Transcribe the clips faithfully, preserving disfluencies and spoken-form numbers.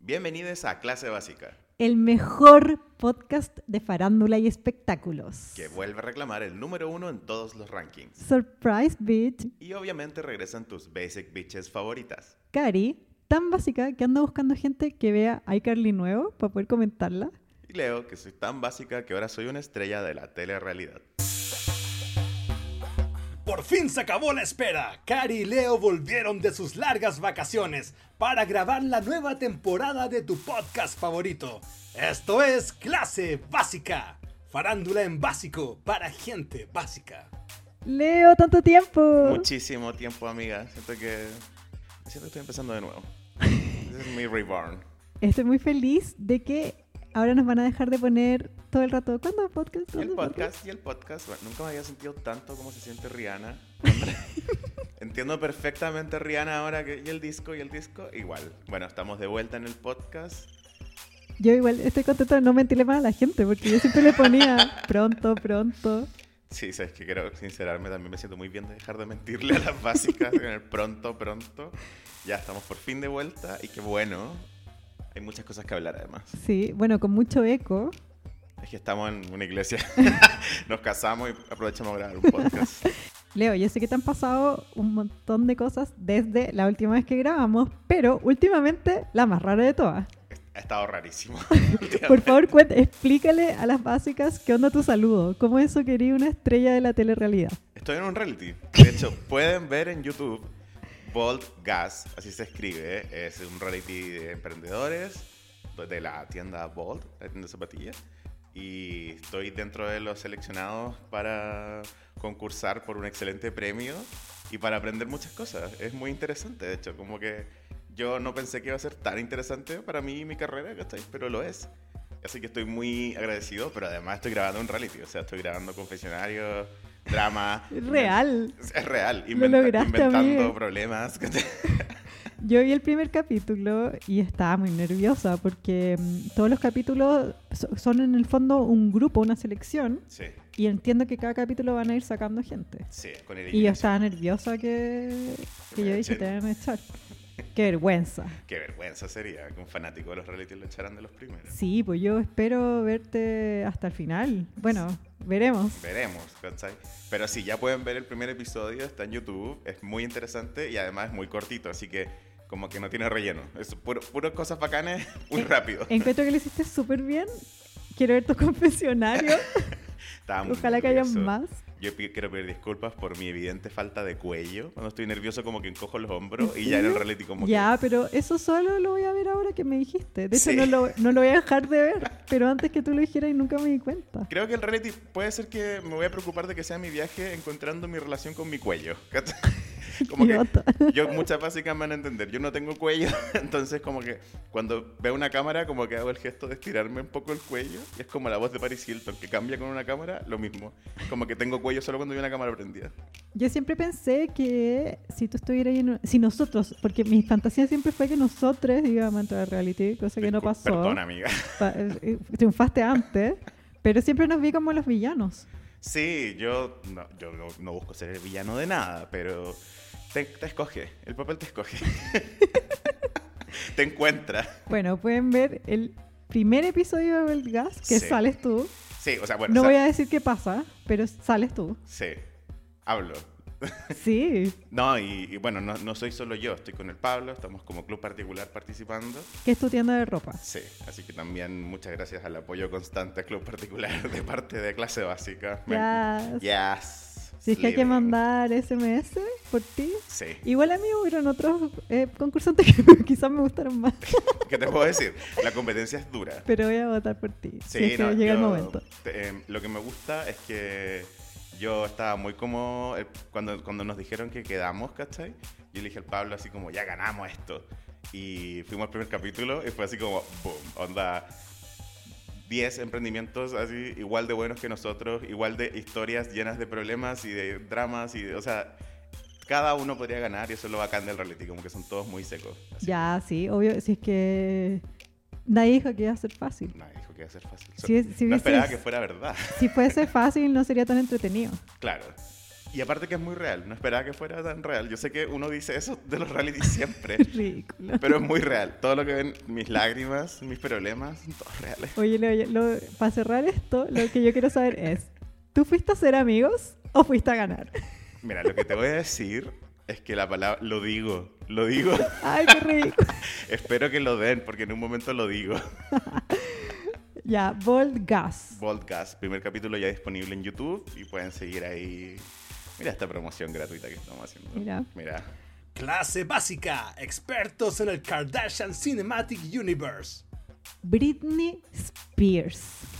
Bienvenidos a Clase Básica, el mejor podcast de farándula y espectáculos. que vuelve a reclamar el número uno en todos los rankings. Surprise, bitch. Y obviamente regresan tus basic bitches favoritas. Cari, tan básica que anda buscando gente que vea iCarly nuevo para poder comentarla. Y Leo, que soy tan básica que ahora soy una estrella de la telerrealidad. Por fin se acabó la espera. Cari y Leo volvieron de sus largas vacaciones para grabar la nueva temporada de tu podcast favorito. Esto es Clase Básica. Farándula en básico para gente básica. Leo, tanto tiempo. Muchísimo tiempo, amiga. Siento que, siento que estoy empezando de nuevo. This is mi reborn. Estoy muy feliz de que ahora nos van a dejar de poner todo el rato. ¿Cuándo podcast? Y el ¿Cuándo podcast, y el podcast. Bueno, nunca me había sentido tanto como se siente Rihanna. Entiendo perfectamente a Rihanna ahora que y el disco y el disco. Igual. Bueno, estamos de vuelta en el podcast. Yo igual estoy contenta de no mentirle más a la gente porque yo siempre le ponía pronto, pronto. Sí, sabes que quiero sincerarme, también me siento muy bien de dejar de mentirle a las básicas en el pronto, pronto. Ya estamos por fin de vuelta y qué bueno. Hay muchas cosas que hablar además. Sí, bueno, con mucho eco. Es que estamos en una iglesia, nos casamos y aprovechamos a grabar un podcast. Leo, yo sé que te han pasado un montón de cosas desde la última vez que grabamos, pero últimamente la más rara de todas. Ha estado rarísimo. Por favor, cuenta, explícale a las básicas qué onda tu saludo. ¿Cómo eso quería una estrella de la telerrealidad? Estoy en un reality. De hecho, pueden ver en YouTube Bold Gas, así se escribe. Es un reality de emprendedores de la tienda Bold, la tienda de zapatillas. Y estoy dentro de los seleccionados para concursar por un excelente premio y para aprender muchas cosas. Es muy interesante, de hecho, como que yo no pensé que iba a ser tan interesante para mí y mi carrera, ¿cachai? Pero lo es. Así que estoy muy agradecido, pero además estoy grabando un reality, o sea, estoy grabando confesionarios, drama. Real. Es real, Lo inventa- lograste, inventando amiga. problemas. ¿cachai? Yo vi el primer capítulo y estaba muy nerviosa porque mm, todos los capítulos so- son en el fondo un grupo, una selección, Sí, y entiendo que cada capítulo van a ir sacando gente. sí, con Y yo eliminación. estaba nerviosa que, que me yo dije, echen. te van a echar. Qué vergüenza. Qué vergüenza sería que un fanático de los realities lo echaran de los primeros. Sí, pues yo espero verte hasta el final. Bueno, veremos. Veremos, ¿cachai? Pero sí, ya pueden ver el primer episodio, está en YouTube, es muy interesante y además es muy cortito, así que como que no tiene relleno. Es puro, puro cosas bacanas, muy Eh, rápido. Encuentro que lo hiciste súper bien. Quiero ver tu confesionario. Estaba muy Ojalá que haya nervioso. más. Yo pi- quiero pedir disculpas por mi evidente falta de cuello. Cuando estoy nervioso como que encojo los hombros y ya en el reality como Ya, pero eso solo lo voy a ver ahora que me dijiste. De hecho, Sí. no, lo, no lo voy a dejar de ver. Pero antes que tú lo dijeras y nunca me di cuenta. que... Creo que el reality puede ser que me voy a preocupar de que sea mi viaje encontrando mi relación con mi cuello. ¿cachai? Como que Idiota. yo, muchas básicas me van a entender, yo no tengo cuello, entonces como que cuando veo una cámara como que hago el gesto de estirarme un poco el cuello y es como la voz de Paris Hilton que cambia con una cámara, lo mismo, como que tengo cuello solo cuando hay una cámara prendida. Yo siempre pensé que si tú estuvieras ahí, en- si nosotros, porque mi fantasía siempre fue que nosotros íbamos a entrar al reality, cosa que no Discul- pasó. Perdón, amiga. Pa- eh, Triunfaste antes, pero siempre nos vi como los villanos. Sí, yo no, yo no, no busco ser el villano de nada, pero te, te escoge, el papel te escoge. Te encuentra. Bueno, pueden ver el primer episodio del Gas, que Sí. sales tú. Sí, o sea, bueno, No o sea, voy a decir qué pasa, pero sales tú. sí, hablo. Sí, No, y, y bueno, no, no soy solo yo, estoy con el Pablo, estamos como club particular participando. que es tu tienda de ropa. Sí, así que también muchas gracias al apoyo constante a Club Particular de parte de Clase Básica. Me- Yes. Yes. Si es que hay que Living. mandar S M S por ti. Sí. Igual a mí hubieron otros eh, concursantes que quizás me gustaron más, ¿Qué te puedo decir? La competencia es dura. pero voy a votar por ti. Sí, si es que no, llega el yo- momento. te- eh, lo que me gusta es que yo estaba muy como... eh, cuando, cuando nos dijeron que quedamos, ¿cachai? Yo le dije al Pablo así como, ya ganamos esto. Y fuimos al primer capítulo y fue así como, boom, onda... diez emprendimientos así igual de buenos que nosotros, igual de historias llenas de problemas y de dramas y de, o sea, cada uno podría ganar y eso es lo bacán del reality, como que son todos muy secos. Así Ya, sí, obvio. Si es que nadie dijo que iba a ser fácil. que nadie dijo que iba a ser fácil. Si es- si no hubiese- esperaba que fuera verdad. Si fuese fácil, no sería tan entretenido. Claro. Y aparte que es muy real, no esperaba que fuera tan real. Yo sé que uno dice eso de los reality siempre, Ridículo. pero es muy real. Todo lo que ven, mis lágrimas, mis problemas, son todos reales. Oye, lo, lo, para cerrar esto, lo que yo quiero saber es, ¿tú fuiste a ser amigos o fuiste a ganar? Mira, lo que te voy a decir es que la palabra, lo digo, lo digo. Ay, qué ridículo. Espero que lo den, porque en un momento lo digo. Ya, Bold Gas. Bold Gas, primer capítulo ya disponible en YouTube y pueden seguir ahí. Mira esta promoción gratuita que estamos haciendo. Mira. Mira. Clase básica, expertos en el Kardashian Cinematic Universe. Britney Spears.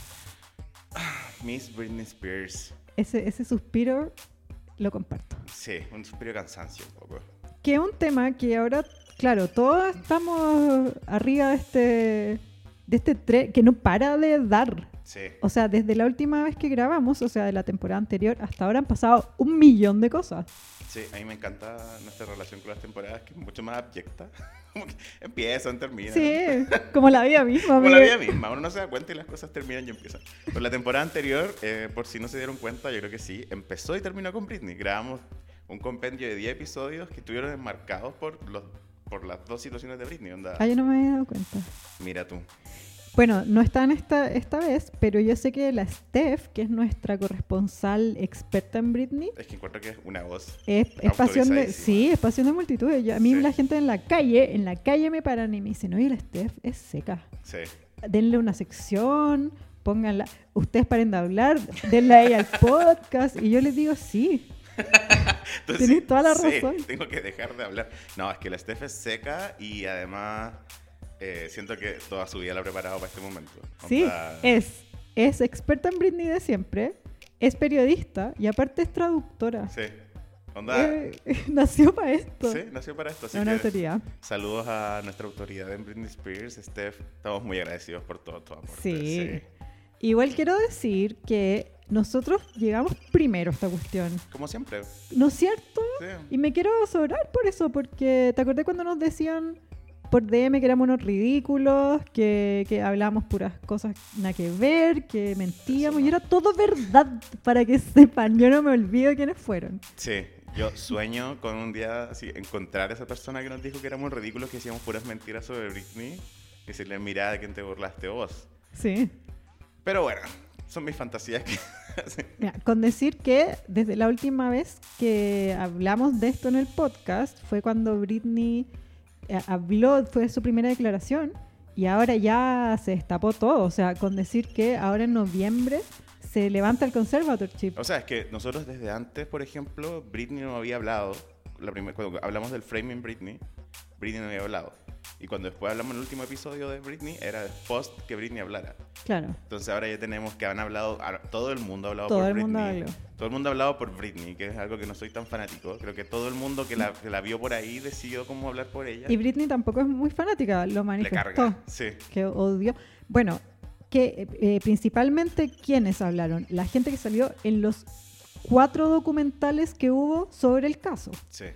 Miss Britney Spears. Ese, ese suspiro lo comparto. Sí, un suspiro de cansancio un poco. Que es un tema que ahora, claro, todos estamos arriba de este, de este tren que no para de dar. Sí. O sea, desde la última vez que grabamos, o sea, de la temporada anterior, hasta ahora han pasado un millón de cosas. Sí, a mí me encanta nuestra relación con las temporadas, que es mucho más abyecta. Como que empiezan, terminan. Sí, como la vida misma. Como la amiga. vida misma, uno no se da cuenta y las cosas terminan y empiezan. Pero la temporada anterior, eh, por si no se dieron cuenta, yo creo que sí, empezó y terminó con Britney. Grabamos un compendio de diez episodios que estuvieron enmarcados por, los, por las dos situaciones de Britney. Onda, Ah, yo no me había dado cuenta. mira tú. Bueno, no están esta, esta vez, pero yo sé que la Steph, que es nuestra corresponsal experta en Britney, Es que encuentro que es una voz. es, es pasión de... Autorizadísima. Sí, es pasión de multitudes. Yo- a mí Sí. la gente en la calle, en la calle me paran y me dicen, oye, la Steph es seca. Sí. Denle una sección, pónganla... Ustedes paren de hablar, denle a ella al podcast. Y yo les digo, sí. Entonces, Tenés toda la sí, razón. tengo que dejar de hablar. No, es que la Steph es seca y además eh, siento que toda su vida la ha preparado para este momento. Sí, Onda- es, es experta en Britney de siempre, es periodista y aparte es traductora. Sí. Onda, Eh, nació para esto. sí, nació para esto. Así Es una que autoridad. saludos a nuestra autoridad en Britney Spears, Steph. Estamos muy agradecidos por todo tu aporte. Sí. Igual quiero decir que nosotros llegamos primero a esta cuestión. Como siempre. ¿No es cierto? Sí. Y me quiero sobrar por eso, porque ¿te acordé cuando nos decían por D M que éramos unos ridículos, que, que hablábamos puras cosas nada que ver, que mentíamos? Eso no. Y era todo verdad, para que sepan. Yo no me olvido quiénes fueron. Sí. Yo sueño con un día así, encontrar a esa persona que nos dijo que éramos ridículos, que decíamos puras mentiras sobre Britney. Y decirle, mira, ¿de quién te burlaste vos? Sí. Pero bueno, son mis fantasías que... sí. Mira, con decir que desde la última vez que hablamos de esto en el podcast fue cuando Britney eh, habló, fue su primera declaración y ahora ya se destapó todo. O sea, con decir que ahora en noviembre se levanta el conservatorship. O sea, es que nosotros desde antes, por ejemplo, Britney no había hablado. La primer, cuando hablamos del framing Britney, Britney no había hablado. Y cuando después hablamos en el último episodio de Britney, era post que Britney hablara. Claro. Entonces ahora ya tenemos que han hablado, a- todo el mundo ha hablado Todo por el Britney. mundo habló. Todo el mundo ha hablado por Britney, que es algo que no soy tan fanático. Creo que todo el mundo que la, que la vio por ahí decidió cómo hablar por ella. Y Britney tampoco es muy fanática, lo Le manifestó. carga. Sí. Que odio. Bueno, que eh, principalmente ¿quiénes hablaron? La gente que salió en los cuatro documentales que hubo sobre el caso. Sí.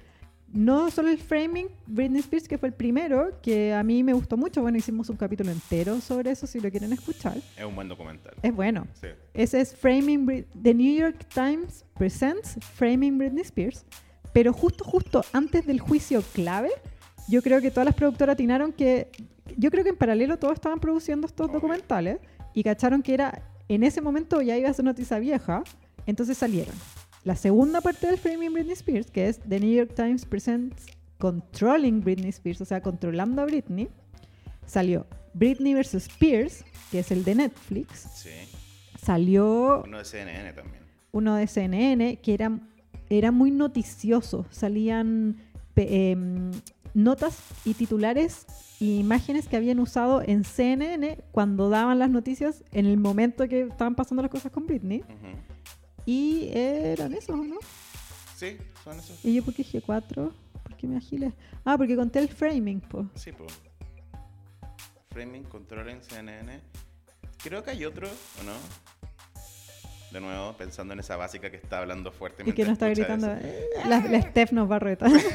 No solo el framing, Britney Spears, que fue el primero, que a mí me gustó mucho. Bueno, hicimos un capítulo entero sobre eso, si lo quieren escuchar. Es un buen documental. Es bueno. Sí. Ese es Framing Brit- The New York Times Presents Framing Britney Spears. Pero justo, justo antes del juicio clave, yo creo que todas las productoras atinaron que... Yo creo que en paralelo todos estaban produciendo estos Obvio. documentales y cacharon que era... En ese momento ya iba a ser noticia vieja, entonces salieron. La segunda parte del Framing Britney Spears, que es The New York Times Presents Controlling Britney Spears, o sea, controlando a Britney, salió Britney versus Spears, que es el de Netflix. Sí. Salió Uno de C N N también. uno de C N N, que era, era muy noticioso. Salían pe- em, notas y titulares e imágenes que habían usado en C N N cuando daban las noticias en el momento que estaban pasando las cosas con Britney. Ujú. Y eran esos, ¿no? Sí, son esos. ¿Y yo por qué G cuatro? ¿Por qué me agilé? Ah, porque conté el framing, pues. Sí, pues. Framing, Controlling, C N N. Creo que hay otro, ¿o no? De nuevo, pensando en esa básica que está hablando fuerte. Y que nos está mientras gritando. escucha "Eh", La, la Steph nos va a retar. eso.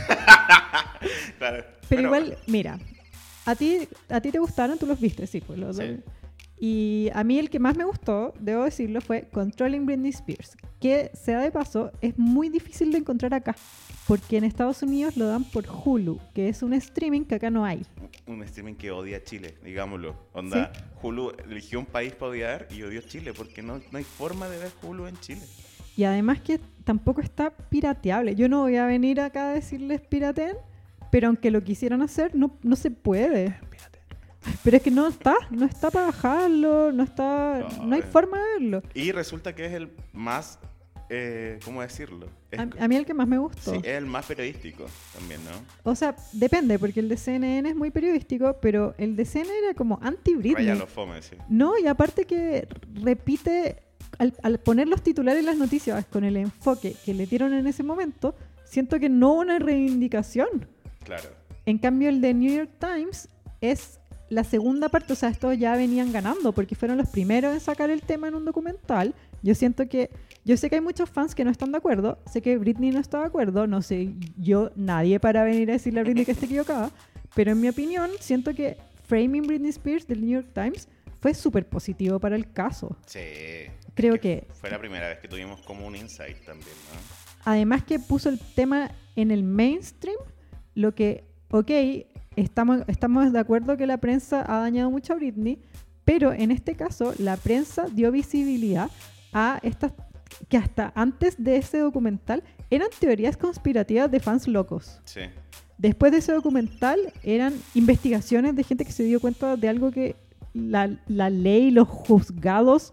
Claro. Pero Bueno, igual, mira, a ti, a ti te gustaron, tú los viste, sí, pues los Sí. dos. Y a mí el que más me gustó, debo decirlo, fue Controlling Britney Spears, que sea de paso, es muy difícil de encontrar acá, porque en Estados Unidos lo dan por Hulu, que es un streaming que acá no hay. Un streaming que odia a Chile, digámoslo. Onda, ¿Sí? Hulu eligió un país para odiar y odió Chile, porque no, no hay forma de ver Hulu en Chile. Y además que tampoco está pirateable. Yo no voy a venir acá a decirles pirateen, pero aunque lo quisieran hacer, no, no se puede. Espérate. Pero es que no está, no está para bajarlo, no está, No, no hay eh. forma de verlo. Y resulta que es el más, eh, ¿cómo decirlo? Es, A, a mí el que más me gustó. sí, es el más periodístico también, ¿no? O sea, depende, porque el de C N N es muy periodístico, pero el de C N N era como Raya anti-Britney. los fome, sí. No, y aparte que repite, al, al poner los titulares en las noticias con el enfoque que le dieron en ese momento, siento que no hubo una reivindicación. Claro. En cambio, el de New York Times es la segunda parte, o sea, estos ya venían ganando porque fueron los primeros en sacar el tema en un documental. Yo siento que, yo sé que hay muchos fans que no están de acuerdo, sé que Britney no está de acuerdo, no sé yo, nadie para venir a decirle a Britney que esté equivocada, pero en mi opinión, siento que Framing Britney Spears del New York Times fue súper positivo para el caso. Sí. Creo Es que- Fue la primera vez que tuvimos como un insight también, ¿no? Además que puso el tema en el mainstream, lo que, ok, estamos, estamos de acuerdo que la prensa ha dañado mucho a Britney, pero en este caso la prensa dio visibilidad a estas que hasta antes de ese documental eran teorías conspirativas de fans locos. Sí. Después de ese documental eran investigaciones de gente que se dio cuenta de algo que la, la ley, los juzgados,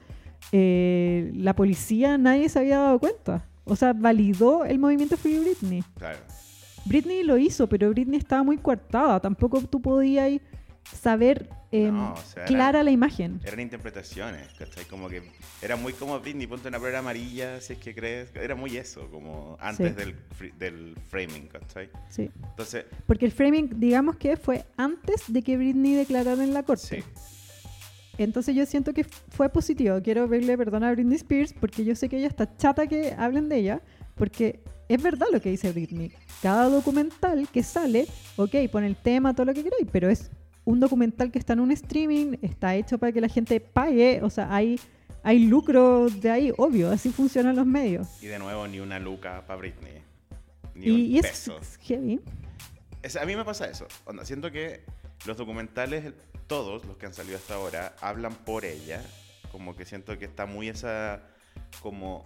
eh, la policía, nadie se había dado cuenta. O sea, validó el movimiento Free Britney. Claro. Britney lo hizo, pero Britney estaba muy coartada. Tampoco tú podías saber eh, No, o sea, clara era- la imagen. Eran interpretaciones, ¿cachai? Como que era muy como Britney, ponte una prueba amarilla, si es que crees. Era muy eso, como antes Sí. del, fri- del framing, ¿cachai? Sí. Entonces, Porque el framing, digamos que fue antes de que Britney declarara en la corte. sí. Entonces yo siento que fue positivo. Quiero pedirle perdón a Britney Spears porque yo sé que ella está chata que hablen de ella, porque es verdad lo que dice Britney. Cada documental que sale, ok, pone el tema, todo lo que queráis, pero es un documental que está en un streaming, está hecho para que la gente pague, o sea, hay, hay lucro de ahí, obvio, así funcionan los medios. Y de nuevo, ni una luca para Britney. Ni Y, un y es peso. heavy. Es- a mí me pasa eso. Onda, siento que los documentales, todos los que han salido hasta ahora, hablan por ella. Como que siento que está muy esa, como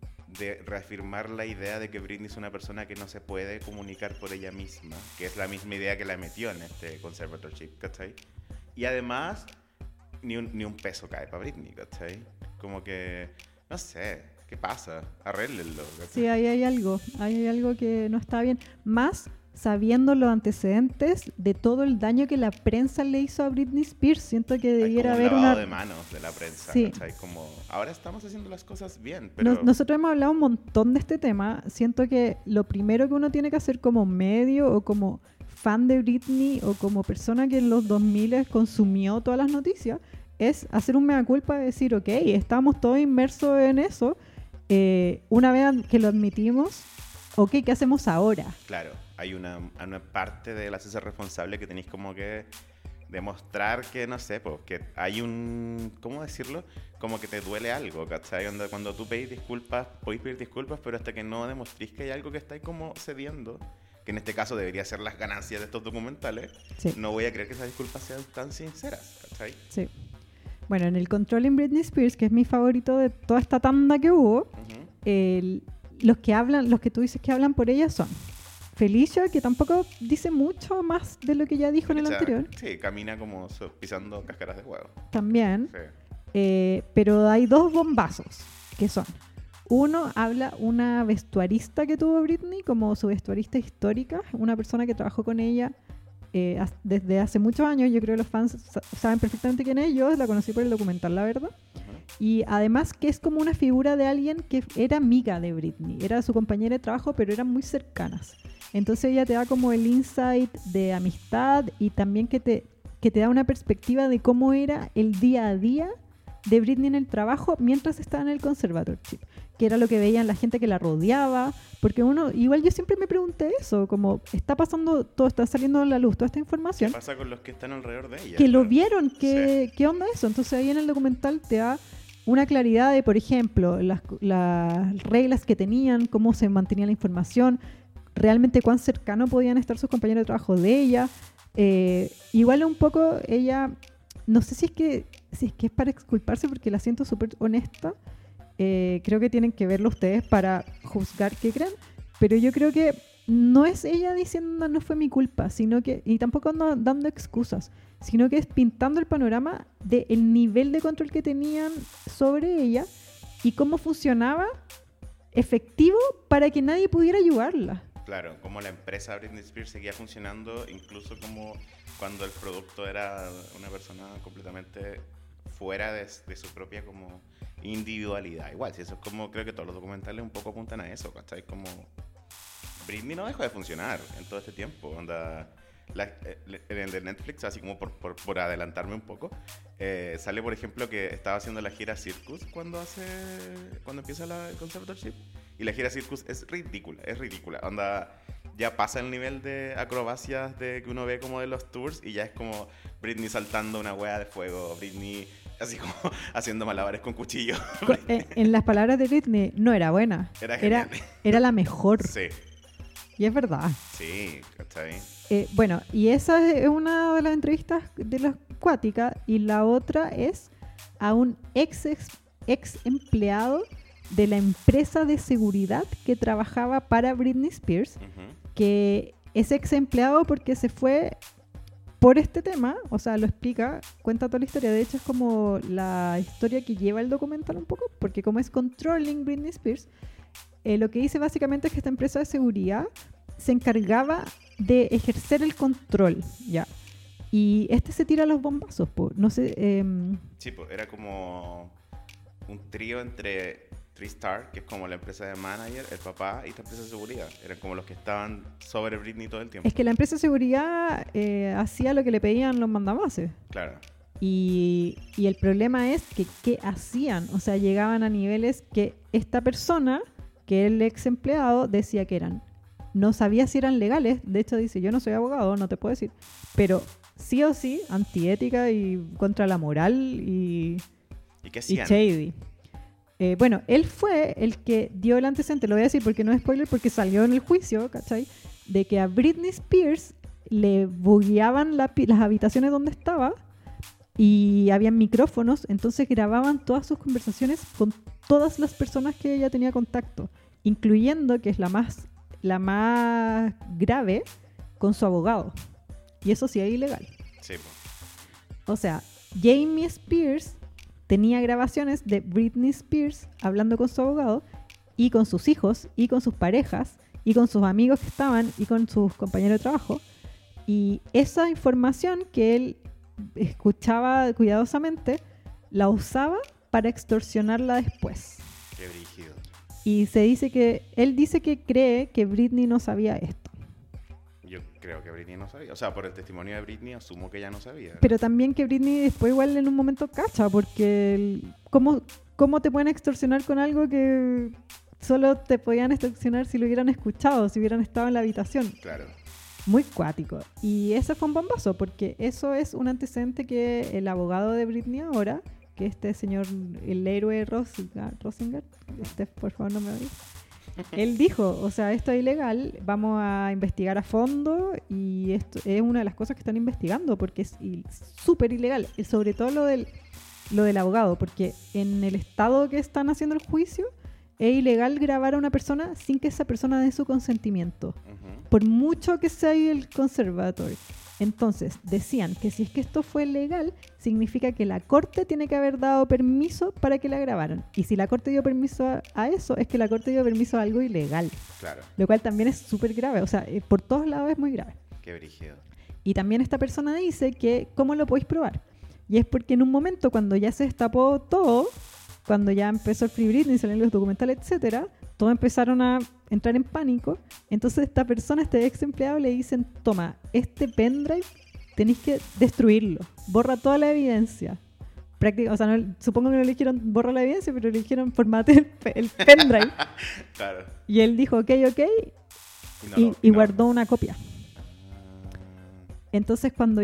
de reafirmar la idea de que Britney es una persona que no se puede comunicar por ella misma, que es la misma idea que la metió en este conservatorship, ¿cachai? Y además, ni un, ni un peso cae para Britney, ¿cachai? Como que, no sé, ¿qué pasa? Arréglenlo, ¿cachai? Sí, ahí hay algo, ahí hay algo que no está bien. Más sabiendo los antecedentes de todo el daño que la prensa le hizo a Britney Spears, siento que Hay debiera como un haber lavado una... de manos de la prensa, Sí. ¿cachai? Como, ahora estamos haciendo las cosas bien, pero... Nos- nosotros hemos hablado un montón de este tema. Siento que lo primero que uno tiene que hacer como medio o como fan de Britney o como persona que en los dos mil consumió todas las noticias es hacer un mea culpa y decir, ok, estamos todos inmersos en eso. Eh, una vez que lo admitimos, ok, ¿qué hacemos ahora? Claro, hay una, una parte de la ciencia responsable que tenéis como que demostrar que, no sé, pues, que hay un... ¿Cómo decirlo? Como que te duele algo, ¿cachai? Onda, cuando tú pedís disculpas, podéis pedir disculpas, pero hasta que no demostréis que hay algo que estáis como cediendo, que en este caso debería ser las ganancias de estos documentales, Sí. no voy a creer que esas disculpas sean tan sinceras, ¿cachai? Sí. Bueno, en el Controlling Britney Spears, que es mi favorito de toda esta tanda que hubo, Ujú. el- los que hablan, los que tú dices que hablan por ella son Felicia, que tampoco dice mucho más de lo que ya dijo en el O sea, anterior, Sí, camina como so- pisando cáscaras de huevo. también, Sí. eh, pero hay dos bombazos, que son, uno habla una vestuarista que tuvo Britney, como su vestuarista histórica, una persona que trabajó con ella eh, as- desde hace muchos años. Yo creo que los fans sa- saben perfectamente quién es. Yo la conocí por el documental, la verdad. Ujú. Y además que es como una figura de alguien que era amiga de Britney. Era su compañera de trabajo, pero eran muy cercanas. Entonces ella te da como el insight de amistad y también que te, que te da una perspectiva de cómo era el día a día de Britney en el trabajo mientras estaba en el conservatorship, que era lo que veían la gente que la rodeaba, porque uno, igual yo siempre me pregunté eso, como está pasando todo, está saliendo a la luz toda esta información. ¿Qué pasa con los que están alrededor de ella? Que lo Claro. vieron, que, Sí. ¿qué onda eso? Entonces ahí en el documental te da una claridad de, por ejemplo, las, las reglas que tenían, cómo se mantenía la información, realmente cuán cercano podían estar sus compañeros de trabajo de ella. Eh, igual un poco ella, no sé si es que, si es que es para exculparse porque la siento súper honesta. Eh, creo que tienen que verlo ustedes para juzgar qué creen, pero yo creo que no es ella diciendo no fue mi culpa, sino que, y tampoco no dando excusas, sino que es pintando el panorama del nivel de control que tenían sobre ella y cómo funcionaba efectivo para que nadie pudiera ayudarla. Claro, como la empresa Britney Spears seguía funcionando, incluso como cuando el producto era una persona completamente fuera de, de su propia como individualidad. Igual, si eso es como, creo que todos los documentales un poco apuntan a eso, ¿cachai? Como Britney no dejó de funcionar en todo este tiempo. Onda, la, en el de Netflix, así como por, por, por adelantarme un poco, eh, sale por ejemplo que estaba haciendo la gira Circus cuando hace cuando empieza la el conservatorship, y la gira Circus es ridícula, es ridícula. Onda, ya pasa el nivel de acrobacias de que uno ve como de los tours, y ya es como Britney saltando una wea de fuego, Britney así como haciendo malabares con cuchillo. Co- en, en las palabras de Britney, no era buena, Era era, genial. era la mejor. Sí, Y es verdad. sí, ¿cachai? Eh, bueno, y esa es una de las entrevistas de la Cuática, y la otra es a un ex, ex, ex empleado de la empresa de seguridad que trabajaba para Britney Spears, Ujú. que es ex empleado porque se fue por este tema, o sea, lo explica, cuenta toda la historia. De hecho, es como la historia que lleva el documental un poco, porque como es Controlling Britney Spears, eh, lo que dice básicamente es que esta empresa de seguridad se encargaba de ejercer el control, ya. Y este se tira los bombazos, po. No sé, em, Sí, pues era como un trío entre Tristar, que es como la empresa de manager, el papá y esta empresa de seguridad. Eran como los que estaban sobre Britney todo el tiempo. es que la empresa de seguridad eh, hacía lo que le pedían los mandamases. Claro. Y, y el problema es que qué hacían, o sea, llegaban a niveles que esta persona, que el ex empleado, decía que eran, no sabía si eran legales. De hecho dice, yo no soy abogado, no te puedo decir, pero sí o sí, antiética y contra la moral y, ¿Y qué y hacían? shady. Eh, bueno, él fue el que dio el antecedente, lo voy a decir porque no es spoiler, porque salió en el juicio, ¿cachai? De que a Britney Spears le bugueaban la pi- las habitaciones donde estaba y habían micrófonos, entonces grababan todas sus conversaciones con todas las personas que ella tenía contacto, incluyendo, que es la más, la más grave, con su abogado. Y eso sí es ilegal. Sí, pues. O sea, Jamie Spears tenía grabaciones de Britney Spears hablando con su abogado y con sus hijos y con sus parejas y con sus amigos que estaban y con sus compañeros de trabajo. Y esa información que él escuchaba cuidadosamente la usaba para extorsionarla después. Qué brígido. Y se dice que él dice que cree que Britney no sabía esto. Yo creo que Britney no sabía. O sea, por el testimonio de Britney asumo que ella no sabía. Pero también que Britney después igual en un momento cacha, porque el- ¿cómo, cómo te pueden extorsionar con algo que solo te podían extorsionar si lo hubieran escuchado, si hubieran estado en la habitación? Claro. Muy cuático. Y ese fue un bombazo, porque eso es un antecedente que el abogado de Britney ahora, que este señor, el héroe Rosinger, Rosinger, este, por favor no me odies, él dijo, o sea, esto es ilegal, vamos a investigar a fondo, y esto es una de las cosas que están investigando porque es il- súper ilegal, y sobre todo lo del, lo del abogado, porque en el estado que están haciendo el juicio es ilegal grabar a una persona sin que esa persona dé su consentimiento, Ujú. por mucho que sea el conservatorio. Entonces, decían que si es que esto fue legal, significa que la corte tiene que haber dado permiso para que la grabaran. Y si la corte dio permiso a, a eso, es que la corte dio permiso a algo ilegal. Claro. Lo cual también es súper grave. O sea, eh, por todos lados es muy grave. Qué brígido. Y también esta persona dice que, ¿cómo lo podéis probar? Y es porque en un momento, cuando ya se destapó todo, cuando ya empezó el Free Britney, salieron los documentales, etcétera, todos empezaron a entrar en pánico. Entonces esta persona, este ex empleado, le dicen, toma, este pendrive tenéis que destruirlo, borra toda la evidencia, práctica, o sea, no, supongo que no le dijeron borra la evidencia, pero le dijeron formate el, pe- el pendrive. Claro. Y él dijo ok, ok, Y, no y, lo- y no. guardó una copia. Ah, Entonces cuando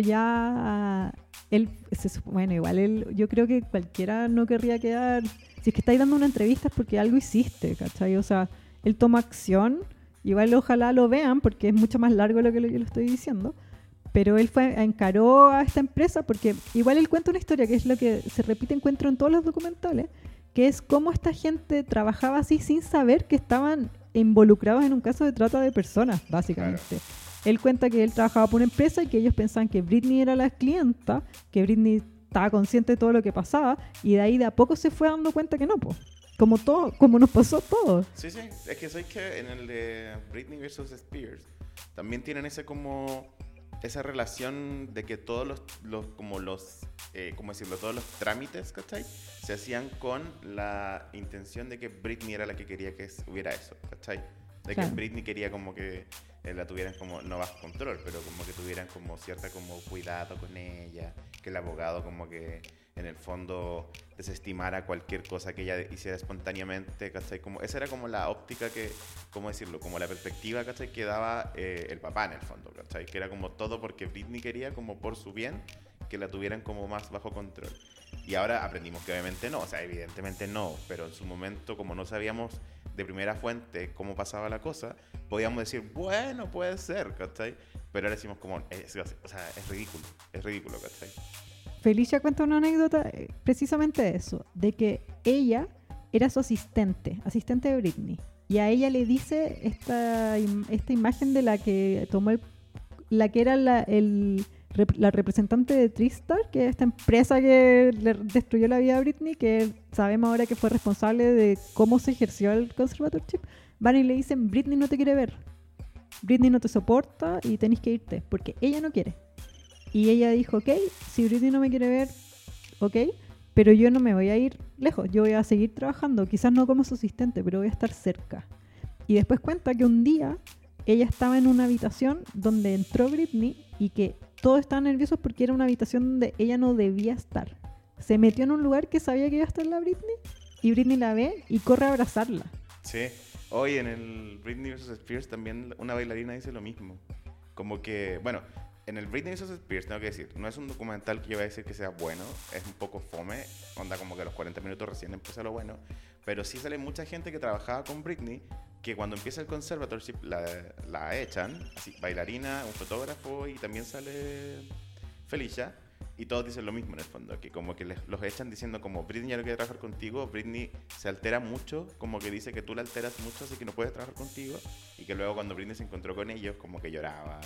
ya él, se sup- bueno, igual él, yo creo que cualquiera no querría quedar, si es que estáis dando una entrevista es porque algo hiciste, ¿cachai? O sea, él toma acción, igual ojalá lo vean porque es mucho más largo lo que lo- yo lo estoy diciendo, pero él fue, encaró a esta empresa porque igual él cuenta una historia que es lo que se repite, encuentro en todos los documentales, que es cómo esta gente trabajaba así sin saber que estaban involucrados en un caso de trata de personas, básicamente. Él cuenta que él trabajaba por una empresa y que ellos pensaban que Britney era la clienta, que Britney estaba consciente de todo lo que pasaba y de ahí de a poco se fue dando cuenta que no, po. Como todo, como nos pasó a todos. Sí, sí, es que soy que en el de Britney versus Spears también tienen ese como esa relación de que todos los, los como los eh, ¿cómo decirlo? Todos los trámites, ¿cachai? Se hacían con la intención de que Britney era la que quería que hubiera eso, ¿cachai? De Claro. que Britney quería como que eh, la tuvieran como, no bajo control, pero como que tuvieran como cierta como cuidado con ella, que el abogado como que en el fondo desestimara cualquier cosa que ella hiciera espontáneamente, ¿cachai? Como, esa era como la óptica que, ¿cómo decirlo? Como la perspectiva, ¿cachai? Que daba eh, el papá en el fondo, ¿cachai? Que era como todo porque Britney quería como por su bien que la tuvieran como más bajo control. Y ahora aprendimos que obviamente no, o sea, evidentemente no, pero en su momento como no sabíamos de primera fuente cómo pasaba la cosa, podíamos decir, bueno, puede ser, ¿cachai? Pero ahora decimos como, es, o sea, es ridículo, es ridículo, ¿cachai? Felicia cuenta una anécdota eh, precisamente de eso, de que ella era su asistente, asistente de Britney. Y a ella le dice esta, im- esta imagen de la que tomó el, la que era la, el, rep- la representante de Tristar, que es esta empresa que le destruyó la vida a Britney, que sabemos ahora que fue responsable de cómo se ejerció el conservatorship. Van y le dicen, Britney no te quiere ver, Britney no te soporta y tenés que irte, porque ella no quiere. Y ella dijo, ok, si Britney no me quiere ver, ok, pero yo no me voy a ir lejos, yo voy a seguir trabajando, quizás no como su asistente, pero voy a estar cerca. Y después cuenta que un día ella estaba en una habitación donde entró Britney y que todos estaban nerviosos porque era una habitación donde ella no debía estar. Se metió en un lugar que sabía que iba a estar la Britney y Britney la ve y corre a abrazarla. Sí, hoy en el Britney versus Spears también una bailarina dice lo mismo. Como que, bueno, en el Britney versus Spears tengo que decir, no es un documental que yo voy a decir que sea bueno, es un poco fome, onda como que a los cuarenta minutos recién empieza lo bueno, pero sí sale mucha gente que trabajaba con Britney, que cuando empieza el conservatorship la, la echan, así, bailarina, un fotógrafo y también sale Felicia. Y todos dicen lo mismo en el fondo, que como que les, los echan diciendo como Britney ya no quiere trabajar contigo, Britney se altera mucho, como que dice que tú la alteras mucho, así que no puedes trabajar contigo, y que luego cuando Britney se encontró con ellos, como que lloraba,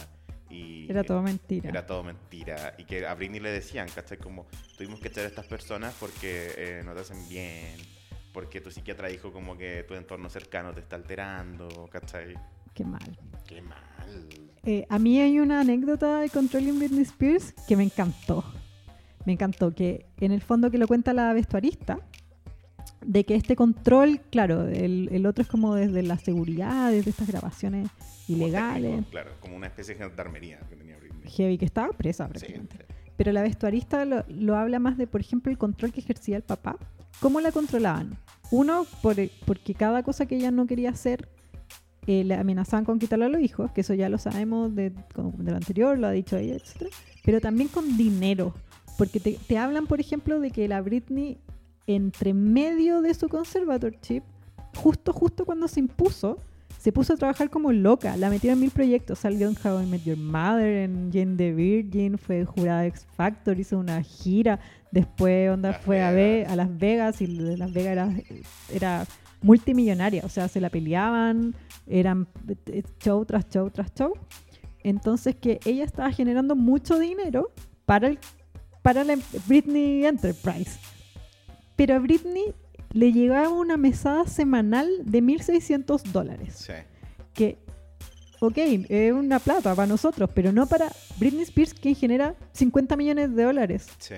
y Era todo mentira. era todo mentira, y que a Britney le decían, ¿cachai? Como, tuvimos que echar a estas personas porque eh, no te hacen bien, porque tu psiquiatra dijo como que tu entorno cercano te está alterando, ¿cachai? Qué mal. Qué mal. Eh, a mí hay una anécdota de Controlling Britney Spears que me encantó. Me encantó que en el fondo que lo cuenta la vestuarista, de que este control, claro, el, el otro es como desde la seguridad, desde estas grabaciones Como ilegales, técnico, claro, como una especie de gendarmería que tenía Britney. heavy, que estaba presa Sí, prácticamente. Pero la vestuarista lo, lo habla más de, por ejemplo, el control que ejercía el papá. ¿Cómo la controlaban? Uno, por, porque cada cosa que ella no quería hacer, eh, le amenazaban con quitarle a los hijos, que eso ya lo sabemos de, como de lo anterior, lo ha dicho ella, etcétera. Pero también con dinero. Porque te, te hablan, por ejemplo, de que la Britney, entre medio de su conservatorship, justo, justo cuando se impuso, se puso a trabajar como loca. La metieron en mil proyectos. Salió en How I Met Your Mother, en Jane the Virgin, fue jurada de X Factor, hizo una gira. Después, onda, Las fue a, ver, Vegas. a Las Vegas y de Las Vegas era, era multimillonaria. O sea, se la peleaban, eran eh, show tras show tras show. Entonces, que ella estaba generando mucho dinero para, el, para la Britney Enterprise. Pero a Britney le llegaba una mesada semanal de mil seiscientos dólares. Sí. Que, ok, es una plata para nosotros, pero no para Britney Spears, quien genera cincuenta millones de dólares. Sí.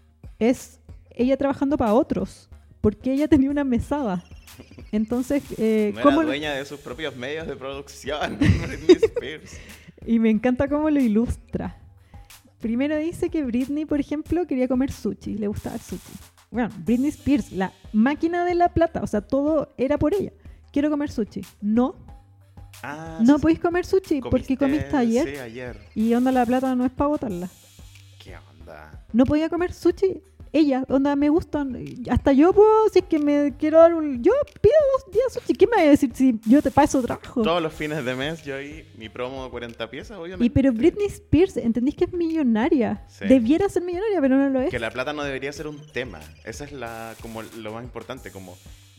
Es ella trabajando para otros, porque ella tenía una mesada. Entonces, eh, No ¿cómo era lo- dueña de sus propios medios de producción, Britney Spears. y me encanta cómo lo ilustra. Primero dice que Britney, por ejemplo, quería comer sushi, le gustaba el sushi. Bueno, Britney Spears, la máquina de la plata, o sea, todo era por ella. Quiero comer sushi. No, Ah, no sí, podéis comer sushi porque comiste ayer Sí, ayer. y onda la plata no es para botarla. ¿Qué onda? No podía comer sushi. Ella, onda, me gustan. Hasta yo puedo, si es que me quiero dar un... Yo pido dos días sushi. ¿Qué me va a decir si yo te paso trabajo? Todos los fines de mes yo ahí, mi promo de cuarenta piezas, obviamente. Y pero Britney Spears, ¿entendís que es millonaria? Sí. Debiera ser millonaria, pero no lo es. Que la plata no debería ser un tema. Esa es la como lo más importante. Como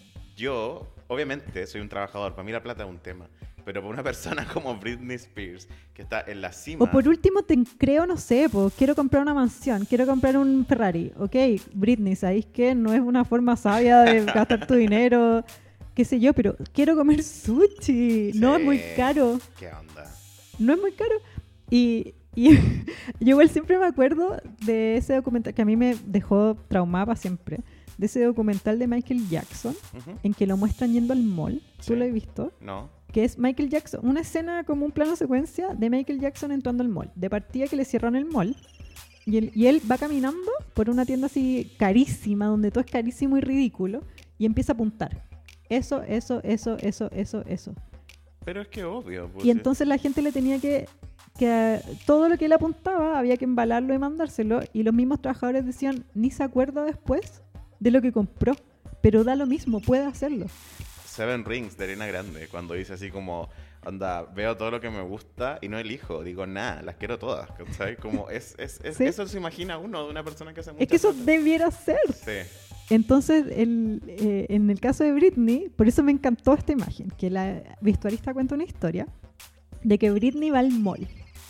yo, obviamente, soy un trabajador. Para mí la plata es un tema. Pero para una persona como Britney Spears, que está en la cima... O por último te creo, no sé, pues quiero comprar una mansión, quiero comprar un Ferrari. Ok, Britney, ¿sabéis qué? No es una forma sabia de gastar tu dinero, qué sé yo, pero quiero comer sushi. No, Sí. es muy caro. ¿Qué onda? No es muy caro. Y, y yo igual siempre me acuerdo de ese documental que a mí me dejó traumada para siempre. De ese documental de Michael Jackson, Ujú. en que lo muestran yendo al mall. ¿Tú Sí. lo has visto? No. Que es Michael Jackson, una escena como un plano secuencia de Michael Jackson entrando al mall. De partida que le cierran el mall y él, y él va caminando por una tienda así carísima, donde todo es carísimo y ridículo, y empieza a apuntar. Eso, eso, eso, eso, eso, eso. Pero es que obvio. Pues, Y entonces la gente le tenía que, que... Todo lo que él apuntaba había que embalarlo y mandárselo, y los mismos trabajadores decían, ni se acuerda después de lo que compró, pero da lo mismo, puede hacerlo. Seven Rings de Ariana Grande, cuando dice así como, anda, veo todo lo que me gusta y no elijo, digo, nada, las quiero todas, ¿sabes? Como es, es, es Sí. eso se imagina uno de una persona que hace mucha Es que eso plata. debiera ser. Sí, Entonces, el, eh, en el caso de Britney, por eso me encantó esta imagen, que la vestuarista cuenta una historia de que Britney va al mall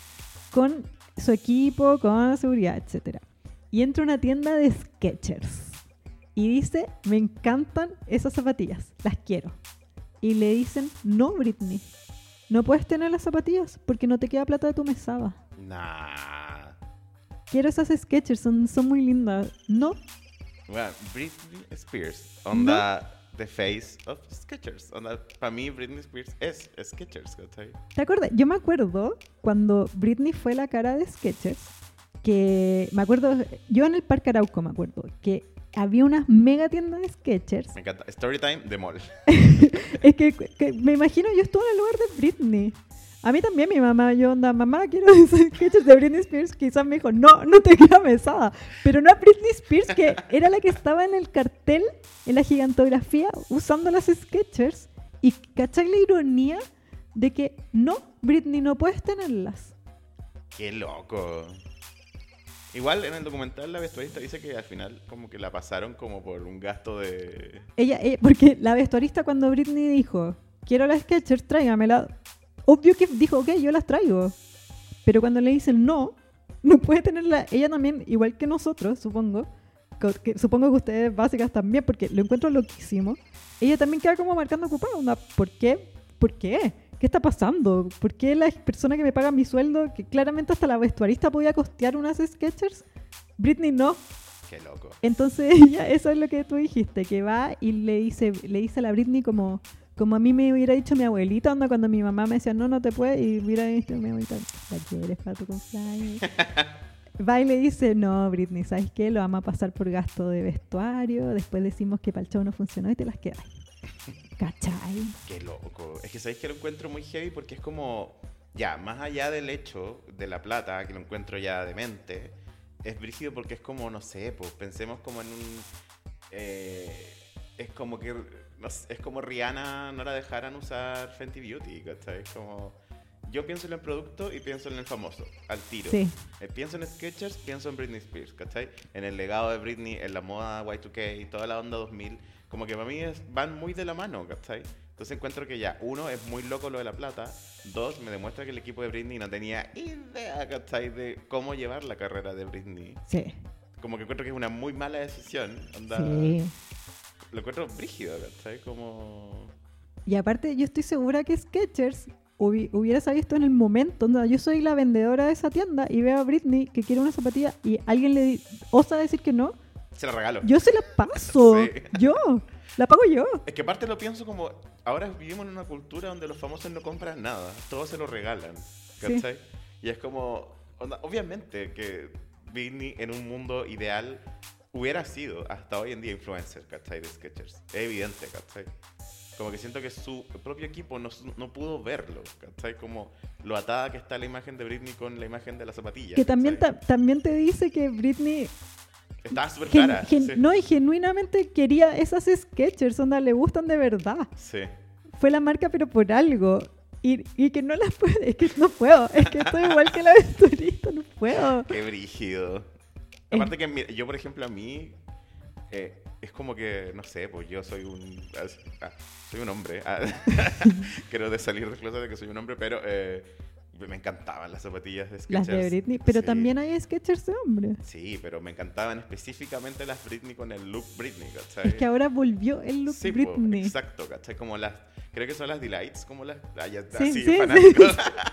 con su equipo, con seguridad, etcétera, y entra a una tienda de Skechers y dice, me encantan esas zapatillas, las quiero. Y le dicen, no, Britney, no puedes tener las zapatillas porque no te queda plata de tu mesada. nah. Quiero esas Skechers, son, son muy lindas. No, Bueno, Britney Spears, onda the face of Skechers. Onda, para mí Britney Spears es Skechers, ¿cachai? ¿te acuerdas? Yo me acuerdo cuando Britney fue la cara de Skechers, que me acuerdo, yo en el Parque Arauco me acuerdo, que había unas mega tiendas de Skechers. Me encanta. Storytime de mall. Es que, que me imagino, yo estuve en el lugar de Britney. A mí también mi mamá, yo onda, mamá, quiero esos Skechers de Britney Spears. Quizás me dijo, no, no te queda mesada. Pero no a Britney Spears, que era la que estaba en el cartel, en la gigantografía, usando las Skechers. Y ¿cachai la ironía de que no, Britney, no puedes tenerlas? Qué loco. Igual en el documental la vestuarista dice que al final como que la pasaron como por un gasto de... Ella, ella- porque la vestuarista cuando Britney dijo, quiero las Skechers, tráigamela. Obvio que dijo, ok, yo las traigo. Pero cuando le dicen no, no puede tenerla. Ella también, igual que nosotros, supongo, que, que- supongo que ustedes básicas también, porque lo encuentro loquísimo. Ella también queda como marcando ocupada. Onda, ¿por qué? ¿Por qué? ¿Qué está pasando? ¿Por qué la persona que me paga mi sueldo, que claramente hasta la vestuarista podía costear unas Skechers, Britney no? Qué loco. Entonces ella, eso es lo que tú dijiste, que va y le dice, le dice a la Britney como, como a mí me hubiera dicho mi abuelita, onda cuando mi mamá me decía, no, no te puedes, y hubiera dicho mi abuelita, ¿la quieres para tu cumpleaños? Va y le dice, no, Britney, ¿sabes qué? Lo vamos a pasar por gasto de vestuario, después decimos que para el show no funcionó y te las quedas. ¿Cachai? Qué loco. Es que sabéis que lo encuentro muy heavy porque es como, ya, más allá del hecho de la plata, que lo encuentro ya demente, es brígido porque es como, no sé, pues pensemos como en un... eh, es como que, no sé, es como Rihanna no la dejaran usar Fenty Beauty, ¿cachai? Es como... Yo pienso en el producto y pienso en el famoso, al tiro. Sí. Eh, pienso en Skechers, pienso en Britney Spears, ¿cachai? En el legado de Britney, en la moda Y dos K y toda la onda dos mil. Como que para mí es, van muy de la mano, ¿cachai? Entonces encuentro que ya, uno, es muy loco lo de la plata. Dos, me demuestra que el equipo de Britney no tenía idea, ¿cachai? De cómo llevar la carrera de Britney. Sí. Como que encuentro que es una muy mala decisión. Onda, Sí. Lo encuentro brígido, ¿cachai? Como... Y aparte, yo estoy segura que Skechers hubi- hubiera sabido esto en el momento. ¿No? Yo soy la vendedora de esa tienda y veo a Britney que quiere una zapatilla y alguien le di- osa decir que no. Se la regalo. Yo se la paso. Sí. Yo. La pago yo. Es que aparte lo pienso como, ahora vivimos en una cultura donde los famosos no compran nada, todos se lo regalan, ¿cachai? Y es como, onda, obviamente que Britney en un mundo ideal hubiera sido hasta hoy en día influencer, ¿cachai? De Skechers. Es evidente, ¿cachai? Como que siento que su propio equipo no, no pudo verlo, ¿cachai? Como lo atada que está la imagen de Britney con la imagen de la zapatilla. Que también, ¿cachai? ta- también te dice que Britney Estaba súper gen- clara. gen- sí. no, y genuinamente quería esas Skechers, onda, le gustan de verdad. Sí. Fue la marca pero por algo. Y, y que no las puede, es que no puedo, es que estoy igual que la aventurista, no puedo. Qué brígido. Eh. Aparte que mi- yo, por ejemplo, a mí eh, es como que, no sé, pues yo soy un ah, soy un hombre. Ah, quiero de salir del closet de que soy un hombre, pero eh, me encantaban las zapatillas de Skechers. Las de Britney, pero Sí. también hay Skechers de hombre. Sí, pero me encantaban específicamente las Britney con el look Britney, ¿cachai? Es que ahora volvió el look Sí, po, Britney. exacto, ¿cachai? Como las, creo que son las Delights, como las, ah, ya, Sí, así, sí, fanático.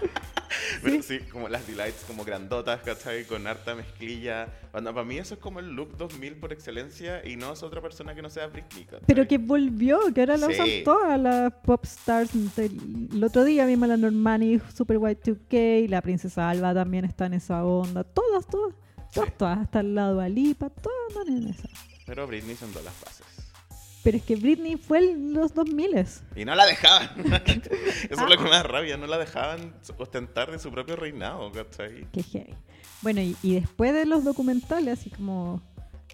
Pero Sí. sí, como las Delights, como grandotas, ¿cachai? Con harta mezclilla. Bueno, para mí eso es como el look dos mil por excelencia y no es otra persona que no sea Britney, ¿cachai? Pero que volvió, que ahora la Sí. usan todas las pop stars. El, el otro día mismo la Normani, Super White dos K, la Princesa Alba también está en esa onda. Todas, todas, todas, Sí. todas. Hasta el lado Alipa, todas andan en esa. Pero Britney sentó las bases. Pero es que Britney fue en los dos mil. Y no la dejaban. Eso es lo que me da rabia. No la dejaban ostentar de su propio reinado, ¿cachai? Qué heavy. Bueno, y, y después de los documentales, así como...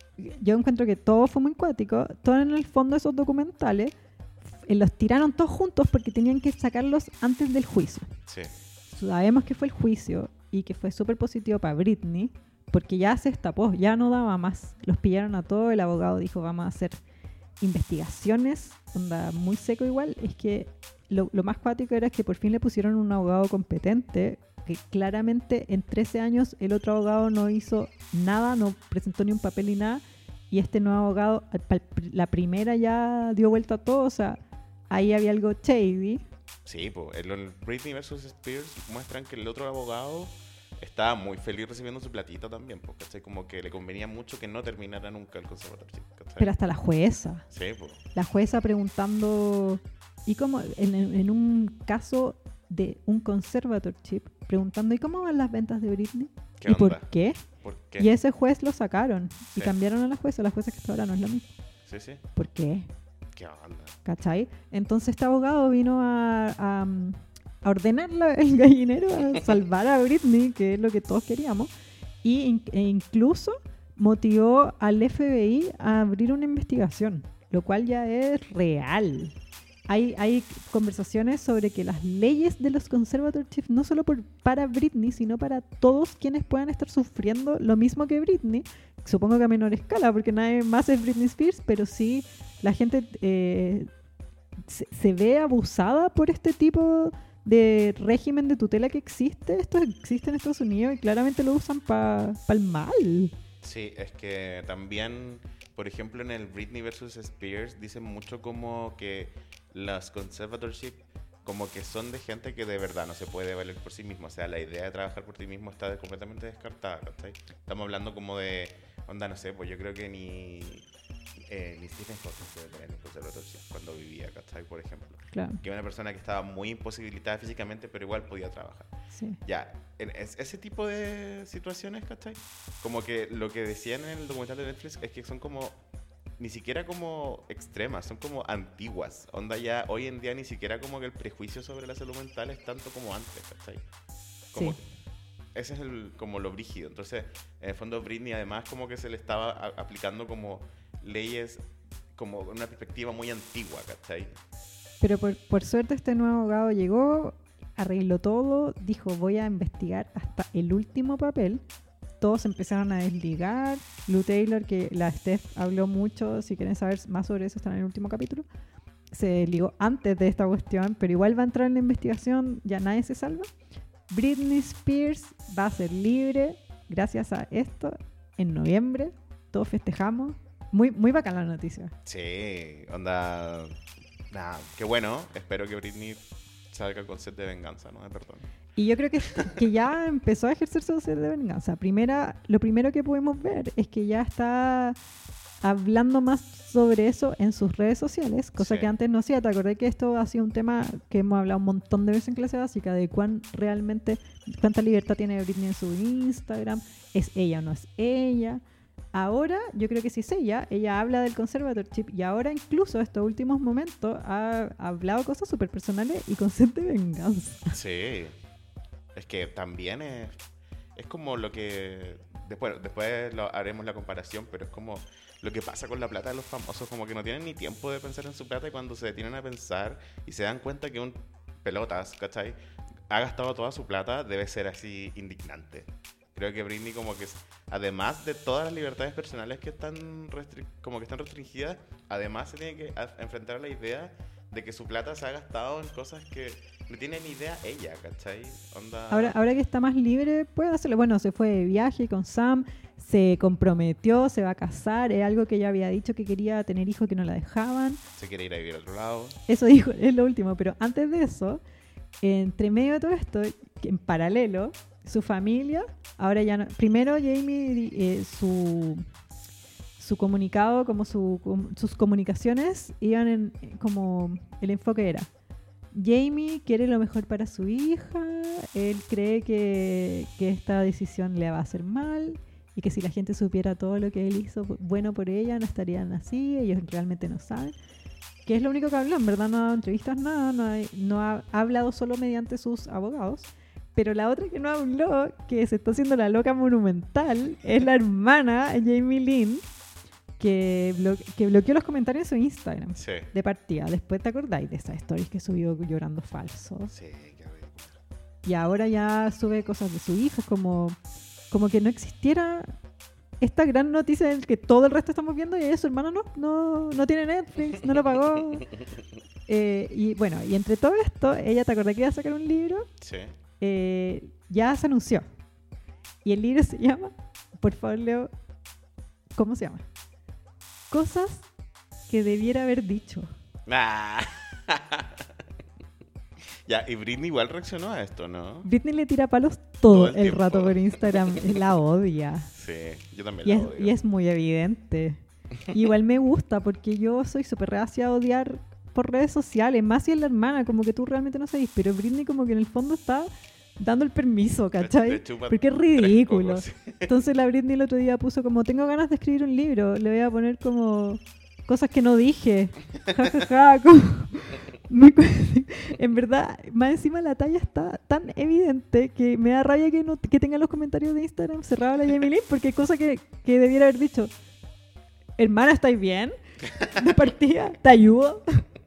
Yo encuentro que todo fue muy cuático. Todo en el fondo de esos documentales eh, los tiraron todos juntos porque tenían que sacarlos antes del juicio. Sí. Sabemos que fue el juicio y que fue súper positivo para Britney porque ya se destapó, ya no daba más. Los pillaron a todos, el abogado dijo vamos a hacer investigaciones, onda muy seco igual. Es que lo, lo más cuático era que por fin le pusieron un abogado competente, que claramente en trece años el otro abogado no hizo nada, no presentó ni un papel ni nada, y este nuevo abogado, al- al- la primera ya dio vuelta a todo, o sea, ahí había algo shady. Sí, pues el Britney versus Spears muestran que el otro abogado estaba muy feliz recibiendo su platito también, porque ¿cachai? Como que le convenía mucho que no terminara nunca el conservatorship, ¿cachai? Pero hasta la jueza. Sí, pues. La jueza preguntando, y como en, en un caso de un conservatorship, preguntando, ¿y cómo van las ventas de Britney? ¿Qué ¿Y onda? por qué? ¿Por qué? Y ese juez lo sacaron y Sí. cambiaron a la jueza. La jueza que está ahora no es la misma. Sí, sí. ¿Por qué? ¿Qué onda? ¿Cachai? Entonces este abogado vino a, a, a ordenar la- el gallinero, a salvar a Britney, que es lo que todos queríamos, y in- e incluso motivó al F B I a abrir una investigación, lo cual ya es real. Hay, hay conversaciones sobre que las leyes de los conservatorships, no solo por, para Britney, sino para todos quienes puedan estar sufriendo lo mismo que Britney, supongo que a menor escala, porque nadie más es Britney Spears, pero sí la gente eh, se, se ve abusada por este tipo de régimen de tutela que existe. Esto existe en Estados Unidos y claramente lo usan para el mal. Sí, es que también, por ejemplo, en el Britney versus Spears dicen mucho como que las conservatorship como que son de gente que de verdad no se puede valer por sí mismo. O sea, la idea de trabajar por ti mismo está de- completamente descartada, ¿cachai? Estamos hablando como de, onda, no sé, pues yo creo que ni, eh, ni Stephen Hawking puede tener un conservatorship cuando vivía, ¿cachai? Por ejemplo. Claro, Que una persona que estaba muy imposibilitada físicamente, pero igual podía trabajar. sí. Ya, en es- ese tipo de situaciones, ¿cachai? Como que lo que decían en el documental de Netflix es que son como, ni siquiera como extremas, son como antiguas. Onda ya, hoy en día ni siquiera como que el prejuicio sobre la salud mental es tanto como antes, ¿cachai? Como, Sí. Ese es el, como lo brígido. Entonces, en el fondo Britney además como que se le estaba a- aplicando como leyes como una perspectiva muy antigua, ¿cachai? Pero por, por suerte este nuevo abogado llegó, arregló todo, dijo voy a investigar hasta el último papel. Todos empezaron a desligar. Lou Taylor, que la Steph habló mucho, si quieren saber más sobre eso, están en el último capítulo. Se desligó antes de esta cuestión, pero igual va a entrar en la investigación, ya nadie se salva. Britney Spears va a ser libre gracias a esto en noviembre. Todos festejamos. Muy, muy bacana la noticia. Sí, onda. Nada, qué bueno. Espero que Britney salga con sed de venganza, ¿no? De perdón. Y yo creo que, que ya empezó a ejercer su sed de venganza. Primera, lo primero que podemos ver es que ya está hablando más sobre eso en sus redes sociales, cosa Sí. que antes no hacía. Te acordé que esto ha sido un tema que hemos hablado un montón de veces en clase básica, de cuán realmente, cuánta libertad tiene Britney en su Instagram, ¿es ella o no es ella? Ahora, yo creo que sí es ella, ella habla del conservatorship y ahora incluso estos últimos momentos ha hablado cosas súper personales y con sed de venganza. Sí. Es que también es, es como lo que... Después, después lo, haremos la comparación, pero es como lo que pasa con la plata de los famosos, como que no tienen ni tiempo de pensar en su plata y cuando se detienen a pensar y se dan cuenta que un pelotas, ¿cachai? Ha gastado toda su plata, debe ser así indignante. Creo que Britney como que, además de todas las libertades personales que están, restri- como que están restringidas, además se tiene que a- enfrentar a la idea de que su plata se ha gastado en cosas que no tiene ni idea ella, ¿cachai? Onda... Ahora, ahora que está más libre, puede hacerlo. Bueno, se fue de viaje con Sam, se comprometió, se va a casar, es algo que ella había dicho que quería tener hijos que no la dejaban. Se quiere ir a vivir a otro lado. Eso dijo, es lo último, pero antes de eso, entre medio de todo esto, en paralelo, su familia, ahora ya no, primero Jamie, eh, su, su comunicado, como su, com- sus comunicaciones iban en, como el enfoque era, Jamie quiere lo mejor para su hija, él cree que, que esta decisión le va a hacer mal y que si la gente supiera todo lo que él hizo bueno por ella, no estarían así, ellos realmente no saben. Que es lo único que habló, en verdad no ha dado entrevistas, nada, no, hay- no ha, ha hablado solo mediante sus abogados. Pero la otra que no habló, que se está haciendo la loca monumental, es la hermana Jamie Lynn, que, blo- que bloqueó los comentarios en su Instagram Sí. de partida. Después te acordáis de esas stories que subió llorando falso. Sí, qué ridículo. Y ahora ya sube cosas de su hija, como, como que no existiera esta gran noticia del que todo el resto estamos viendo y ella, su hermana no, no, no tiene Netflix, no lo pagó. Eh, y bueno, y entre todo esto, ella te acordás que iba a sacar un libro, Sí. eh, ya se anunció. Y el libro se llama, por favor Leo, ¿cómo se llama? Cosas que debiera haber dicho. Ah. Ya, y Britney igual reaccionó a esto, ¿no? Britney le tira palos todo, Todo el el, tiempo. rato por Instagram, la odia. Sí, yo también Y la es, odio. y es muy evidente. Igual me gusta porque yo soy súper reacia a odiar por redes sociales, más si es la hermana, como que tú realmente no sabes, pero Britney como que en el fondo está dando el permiso, ¿cachai? Le chupa Porque es tres ridículo. cocos. Entonces la Britney el otro día puso como, tengo ganas de escribir un libro, le voy a poner como cosas que no dije. Ja, ja, ja, como- muy cu- en verdad, más encima la talla está tan evidente que me da rabia que, no, que tenga los comentarios de Instagram cerrados la Jamie Lynn, porque es cosa que, que debiera haber dicho. Hermana, ¿estáis bien? De partida, ¿te ayudo?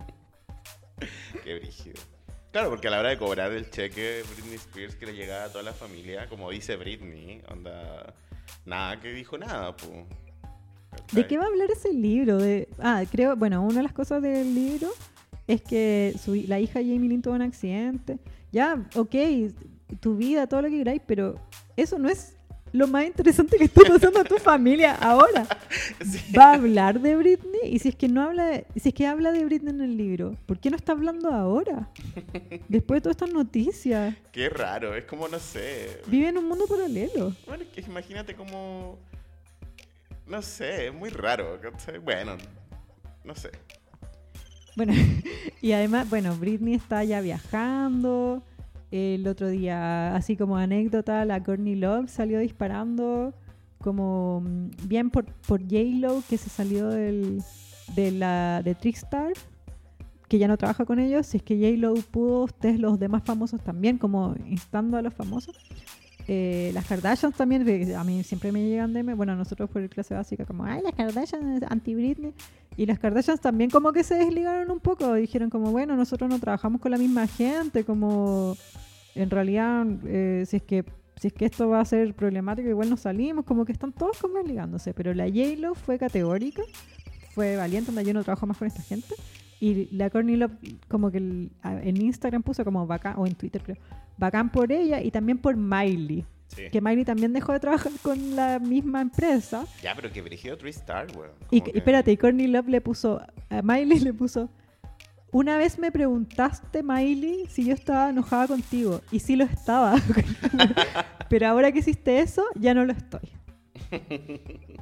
Qué brígido. Claro, porque a la hora de cobrar el cheque Britney Spears que le llegaba a toda la familia, como dice Britney, onda, nada que dijo nada, po. ¿De qué va a hablar ese libro? De, ah, creo, bueno, una de las cosas del libro es que su, la hija Jamie Lynn tuvo un accidente. Ya, ok, tu vida, todo lo que queráis, pero eso no es lo más interesante que está pasando a tu familia ahora. Sí. Va a hablar de Britney y si es que no habla de, si es que habla de Britney en el libro, ¿por qué no está hablando ahora? Después de todas estas noticias. Qué raro, es como, no sé. Vive en un mundo paralelo. Bueno, es que imagínate como... No sé, es muy raro. ¿cachai? Bueno, no sé. Bueno, y además, bueno, Britney está ya viajando. El otro día, así como anécdota, la Courtney Love salió disparando como mm, bien por, por J-Lo, que se salió del, de la de Trickstar, que ya no trabaja con ellos. Si es que J-Lo pudo, ustedes los demás famosos también, como instando a los famosos. Eh, las Kardashians también, que a mí siempre me llegan de... Bueno, nosotros por clase básica como, ay, las Kardashians anti-Britney. Y las Kardashians también como que se desligaron un poco. Dijeron como, bueno, nosotros no trabajamos con la misma gente, como en realidad, eh, si es que si es que esto va a ser problemático, igual nos salimos, como que están todos como desligándose. Pero la J-Lo fue categórica, fue valiente, onda, yo no trabajo más con esta gente. Y la Courtney Love como que el- a- en Instagram puso como bacán, o en Twitter creo, bacán por ella y también por Miley. Sí. Que Miley también dejó de trabajar con la misma empresa. Ya, pero que brígido Tristar, weón. Y Como que- que- espérate, y Courtney Love le puso, a Miley le puso, una vez me preguntaste, Miley, si yo estaba enojada contigo. Y sí lo estaba. Pero ahora que hiciste eso, ya no lo estoy.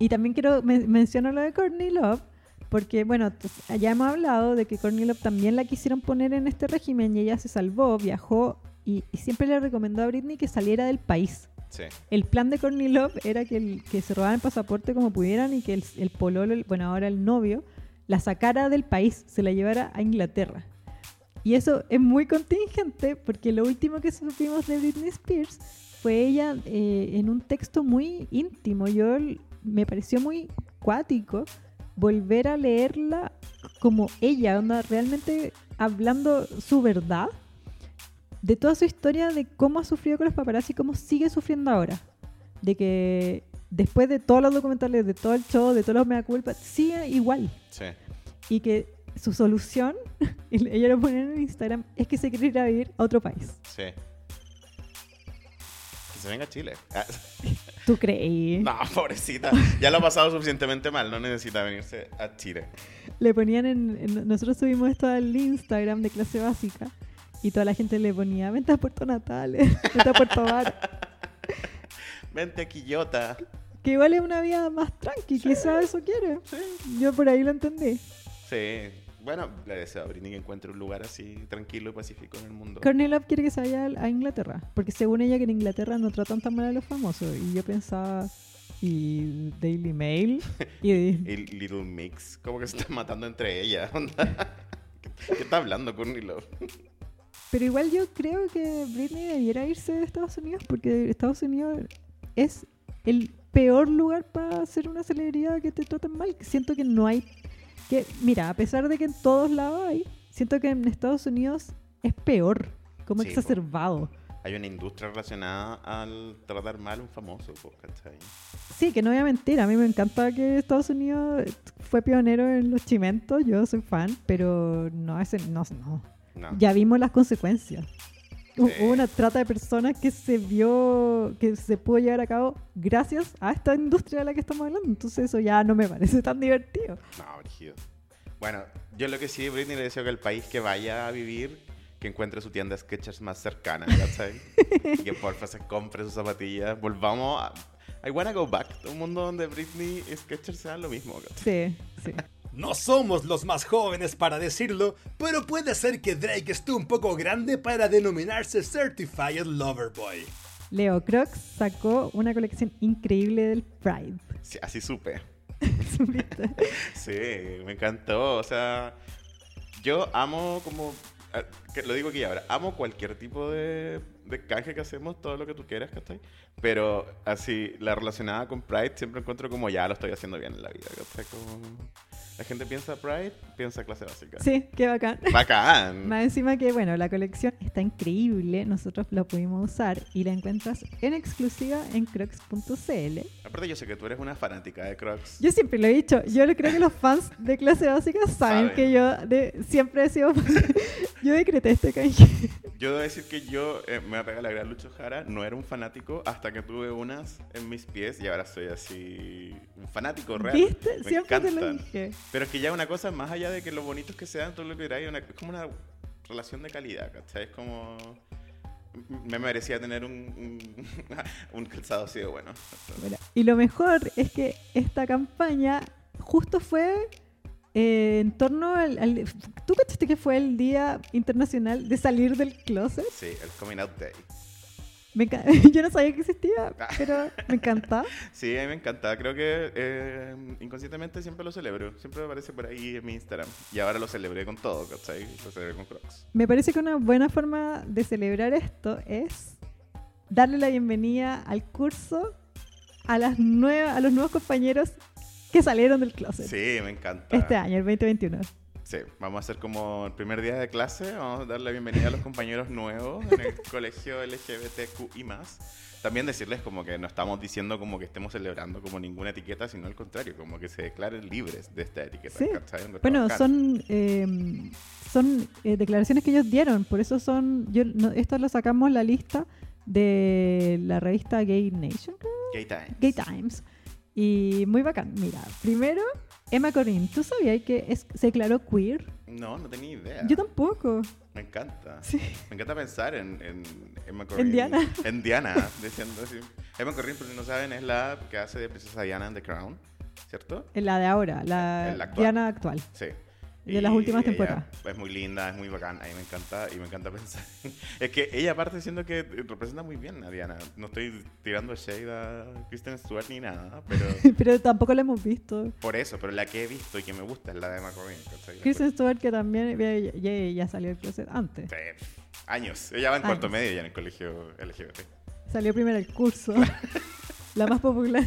Y también quiero men- mencionar lo de Courtney Love, porque, bueno, t- ya hemos hablado de que Courtney Love también la quisieron poner en este régimen y ella se salvó, viajó y, y siempre le recomendó a Britney que saliera del país. Sí. El plan de Courtney Love era que, el- que se robaran el pasaporte como pudieran y que el, el pololo, el- bueno, ahora el novio, la sacara del país, se la llevara a Inglaterra. Y eso es muy contingente porque lo último que supimos de Britney Spears fue ella eh, en un texto muy íntimo. Yo l- me pareció muy cuático volver a leerla como ella, onda, realmente hablando su verdad de toda su historia, de cómo ha sufrido con los paparazzi y cómo sigue sufriendo ahora. De que después de todos los documentales, de todo el show, de todos los mea culpa, sigue igual. Sí. Y que su solución, y ella lo pone en Instagram, es que se quiere ir a vivir a otro país. Sí. Que se venga a Chile. Ah, ¿Tú crees? no, pobrecita. Ya lo ha pasado suficientemente mal. No necesita venirse a Chile. Le ponían en, en- Nosotros subimos esto al Instagram de Clase Básica y toda la gente le ponía, vente a Puerto Natales, vente a Puerto Bar. Vente a Quillota. Que igual es una vida más tranqui, quizás eso quiere. Sí. Yo por ahí lo entendí. Sí. Bueno, le deseo a Britney que encuentre un lugar así tranquilo y pacífico en el mundo. Courtney Love quiere que se vaya a Inglaterra, porque según ella que en Inglaterra no tratan tan mal a los famosos. Y yo pensaba, y Daily Mail, y Y Little Mix, como que se están matando entre ellas. onda. ¿Qué, qué está hablando Courtney Love? pero igual yo creo que Britney debiera irse de Estados Unidos, porque Estados Unidos es el peor lugar para ser una celebridad que te traten mal. Siento que no hay... que Mira, a pesar de que en todos lados hay, siento que en Estados Unidos es peor, como Sí, po. exacerbado. Hay una industria relacionada al tratar mal a un famoso, po, ¿cachai? Sí, que no voy a mentir, a mí me encanta que Estados Unidos fue pionero en los chimentos, yo soy fan, pero no, ese, no, no. No. Ya vimos las consecuencias. Hu- Sí. Hubo una trata de personas que se vio, que se pudo llevar a cabo gracias a esta industria de la que estamos hablando, entonces eso ya no me parece tan divertido. No, brígido. Bueno, yo lo que sí, Britney, le deseo que el país que vaya a vivir, que encuentre su tienda Skechers más cercana, ¿cachai? Y que porfa se compre sus zapatillas. Volvamos a... I wanna go back. Un mundo donde Britney y Skechers sean lo mismo, ¿cachai? Sí, sí. No somos los más jóvenes para decirlo, pero puede ser que Drake esté un poco grande para denominarse Certified Lover Boy. Leo Crocs sacó una colección increíble del Pride. Sí, así supe. ¿Supiste? Sí, me encantó. O sea, yo amo como... eh, que lo digo aquí ahora. Amo cualquier tipo de, de canje que hacemos, todo lo que tú quieras, ¿cachai? Pero así, la relacionada con Pride siempre encuentro como ya lo estoy haciendo bien en la vida, ¿cachai? Como... La gente piensa Pride, piensa clase básica. Sí, qué bacán. ¡Bacán! Más encima que, bueno, la colección está increíble, nosotros la pudimos usar y la encuentras en exclusiva en crocs punto c l. Aparte yo sé que tú eres una fanática de Crocs. Yo siempre lo he dicho, yo creo que los fans de clase básica saben Saben. que yo de, siempre he sido... yo decreté este canje. Yo debo decir que yo eh, me voy a pegar la gran Lucho Jara, no era un fanático hasta que tuve unas en mis pies y ahora soy así un fanático real. ¿Viste? Me Siempre te lo encantan. dije. Pero es que ya una cosa más allá de que lo bonitos que sean, todo lo que queráis, una- es como una relación de calidad, ¿cachai? Es como... Me merecía tener un, un, un calzado así de bueno. Bueno, y lo mejor es que esta campaña justo fue eh, en torno al, al... ¿Tú cachaste que fue el Día Internacional de Salir del Closet? Sí, el Coming Out Day. Me enca- Yo no sabía que existía, pero me encanta. Sí, a mí me encanta. Creo que eh, inconscientemente siempre lo celebro. Siempre me aparece por ahí en mi Instagram. Y ahora lo celebré con todo, ¿cachai? Lo celebré con Crocs. Me parece que una buena forma de celebrar esto es darle la bienvenida al curso a, las nuevas, a los nuevos compañeros que salieron del closet Sí, me encanta. este año, el veinte veintiuno. Sí, vamos a hacer como el primer día de clase. Vamos a dar la bienvenida a los compañeros nuevos en el colegio L G B T Q I más. También decirles como que no estamos diciendo como que estemos celebrando como ninguna etiqueta, sino al contrario, como que se declaren libres de esta etiqueta. Sí. ¿cachai? Está Bueno, bacán. son eh, son eh, declaraciones que ellos dieron, por eso son, yo no, esto lo sacamos la lista de la revista Gay Nation, creo. Gay Times. Gay Times. Y muy bacán. Mira, primero, Emma Corrin. ¿Tú sabías que es- se declaró queer? No, no tenía idea. Yo tampoco. Me encanta. Sí. Me encanta pensar en, en Emma Corrin. En Diana. En Diana, diciendo así. Emma Corrin, por si no saben, es la que hace de Princesa Diana en The Crown. ¿cierto? En la de ahora, la, En la actual. Diana actual. Sí. De las últimas ella temporadas. Es muy linda, es muy bacán, a mí me encanta y me encanta pensar. Es que ella aparte siendo que representa muy bien a Diana. No estoy tirando shade a Kristen Stewart ni nada, pero Pero tampoco la hemos visto. por eso, pero la que he visto y que me gusta es la de McCormick. ¿Cachai? Kristen Stewart, que también ya, ya- ya salió del closet antes. Sí, años. Ella va en cuarto Años. medio ya en el colegio L G B T. Salió primero el curso. La más popular.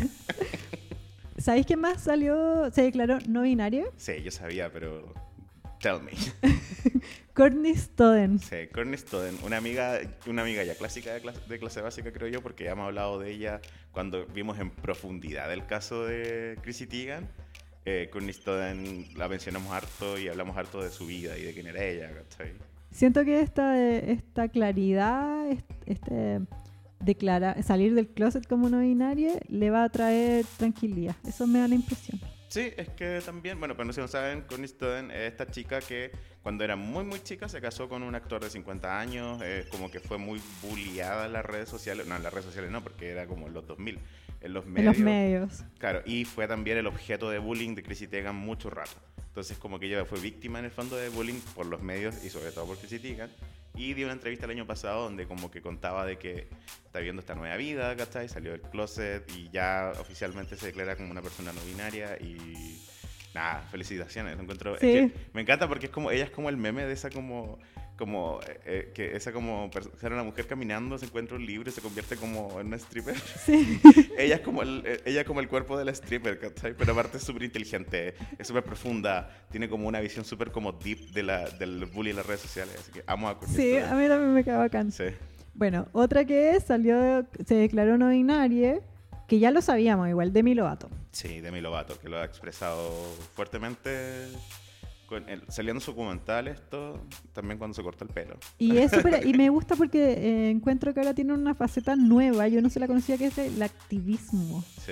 ¿Sabéis qué más salió? Se declaró no binario. Sí, yo sabía, pero tell me. Courtney Stodden. Sí, Courtney Stodden, una amiga, una amiga ya clásica de clase, de clase básica, creo yo, porque ya hemos hablado de ella cuando vimos en profundidad el caso de Chrissy Teigen. Eh, Courtney Stodden la mencionamos harto y hablamos harto de su vida y de quién era ella, ¿cachai? Siento que esta, esta claridad, est- este declara, salir del closet como no binario, le va a traer tranquilidad. Eso me da la impresión. Sí, es que también, bueno, pero no sé si no saben, Courtney Stodden es esta chica que cuando era muy, muy chica se casó con un actor de cincuenta años, eh, como que fue muy bulliada en las redes sociales, no, en las redes sociales no, porque era como en los dos mil, en los En medios. los medios. Claro, y fue también el objeto de bullying de Chrissy Teigen mucho rato. Entonces, como que ella fue víctima en el fondo de bullying por los medios y sobre todo por Chrissy Teigen. Y dio una entrevista el año pasado donde como que contaba de que está viviendo esta nueva vida, ¿cachai? Salió del closet y ya oficialmente se declara como una persona no binaria y... Nada, felicitaciones. Lo encuentro, Sí. es que me encanta porque es como ella es como el meme de esa como como eh, eh, que esa como per- ser una mujer caminando, se encuentra un libro y se convierte como en una stripper. Sí. Ella es como el, eh, ella es como el cuerpo de la stripper, ¿cachai? Pero aparte es súper inteligente, es súper profunda, tiene como una visión súper como deep de la, del bullying en las redes sociales. Así que amo a Courtney Sí, Stodden. a mí también me queda bacán. Sí. Bueno, otra que salió, se declaró no binaria, que ya lo sabíamos, igual, Demi Lovato. Sí, Demi Lovato, que lo ha expresado fuertemente con el, saliendo su documental esto, también cuando se cortó el pelo. Y es súper- y me gusta porque eh, encuentro que ahora tiene una faceta nueva, yo no se la conocía, que es el activismo. Sí.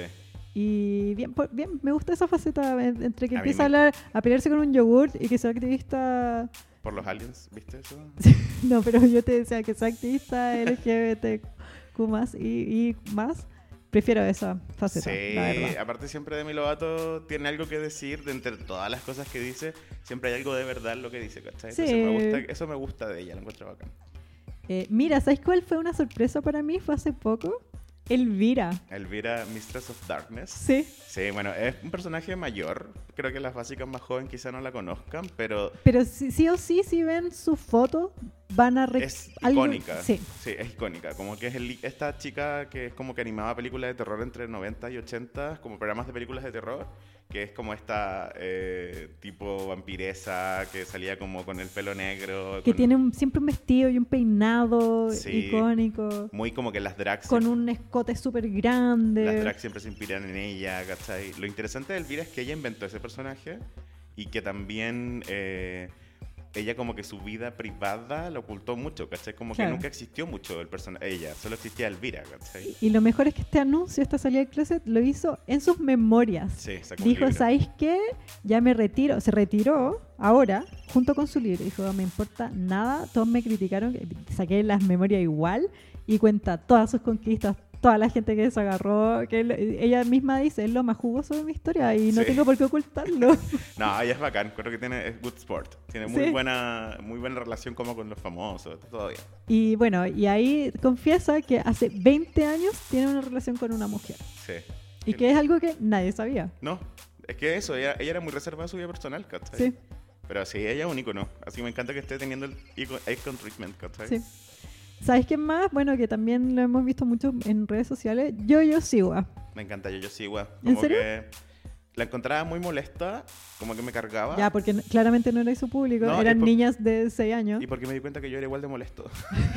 Y bien, por- bien, me gusta esa faceta, en- entre que A mí empieza a me- hablar, a pelearse con un yogurt y que sea activista. Por los aliens, ¿viste eso? No, pero yo te decía que sea activista L G B T Q más y, y más. Prefiero esa faceta, Sí, la verdad. aparte siempre Demi Lovato tiene algo que decir, de entre todas las cosas que dice, siempre hay algo de verdad en lo que dice, ¿cachai? Entonces Sí. me gusta, eso me gusta de ella, lo encuentro bacán. Eh, mira, ¿sabes cuál fue una sorpresa para mí? Fue hace poco. Elvira. Elvira, Mistress of Darkness. Sí. Sí, bueno, es un personaje mayor, creo que las básicas más jóvenes quizá no la conozcan, pero Pero sí, sí o sí, si ven su foto, van a... rec- es algo- icónica. Sí. Sí, es icónica. Como que es el- esta chica que es como que animaba películas de terror entre noventa y ochenta, como programas de películas de terror, que es como esta eh, tipo vampiresa que salía como con el pelo negro. Que con- tiene un- siempre un vestido y un peinado Sí. icónico. Muy como que las drags... Con siempre- un escote súper grande. Las drags siempre se inspiran en ella, ¿cachai? Lo interesante de Elvira es que ella inventó ese personaje y que también eh, ella como que su vida privada la ocultó mucho, ¿cachai? Como Claro. que nunca existió mucho el personaje, ella, solo existía Elvira, ¿cachai? Y lo mejor es que este anuncio, esta salida del closet, lo hizo en sus memorias. Sí, sacó un Dijo, libro. ¿sabéis qué? Ya me retiro. Se retiró ahora, junto con su libro. Dijo, no me importa nada. Todos me criticaron. que Saqué las memorias igual. Y cuenta todas sus conquistas, toda la gente que se agarró. Que él- ella misma dice, es lo más jugoso de mi historia y no Sí. tengo por qué ocultarlo. No, ella es bacán, creo que tiene es good sport. Tiene muy Sí. buena muy buena relación como con los famosos, está todo bien. Y bueno, y ahí confiesa que hace veinte años tiene una relación con una mujer. Sí. Y que es algo que nadie sabía. No, es que eso, ella, ella era muy reservada a su vida personal, ¿cachai? Sí, Pero sí, ella es un icono, así que me encanta que esté teniendo el ico- icon treatment, ¿cachai? sí. ¿Sabes quién más? Bueno, que también lo hemos visto mucho en redes sociales. Yo-Yo Siwa. Me encanta Yo-Yo Siwa. ¿En Como serio? que la encontraba muy molesta, como que me cargaba. Ya, porque n- claramente no era su público. No, Eran y por- niñas de seis años. Y porque me di cuenta que yo era igual de molesto.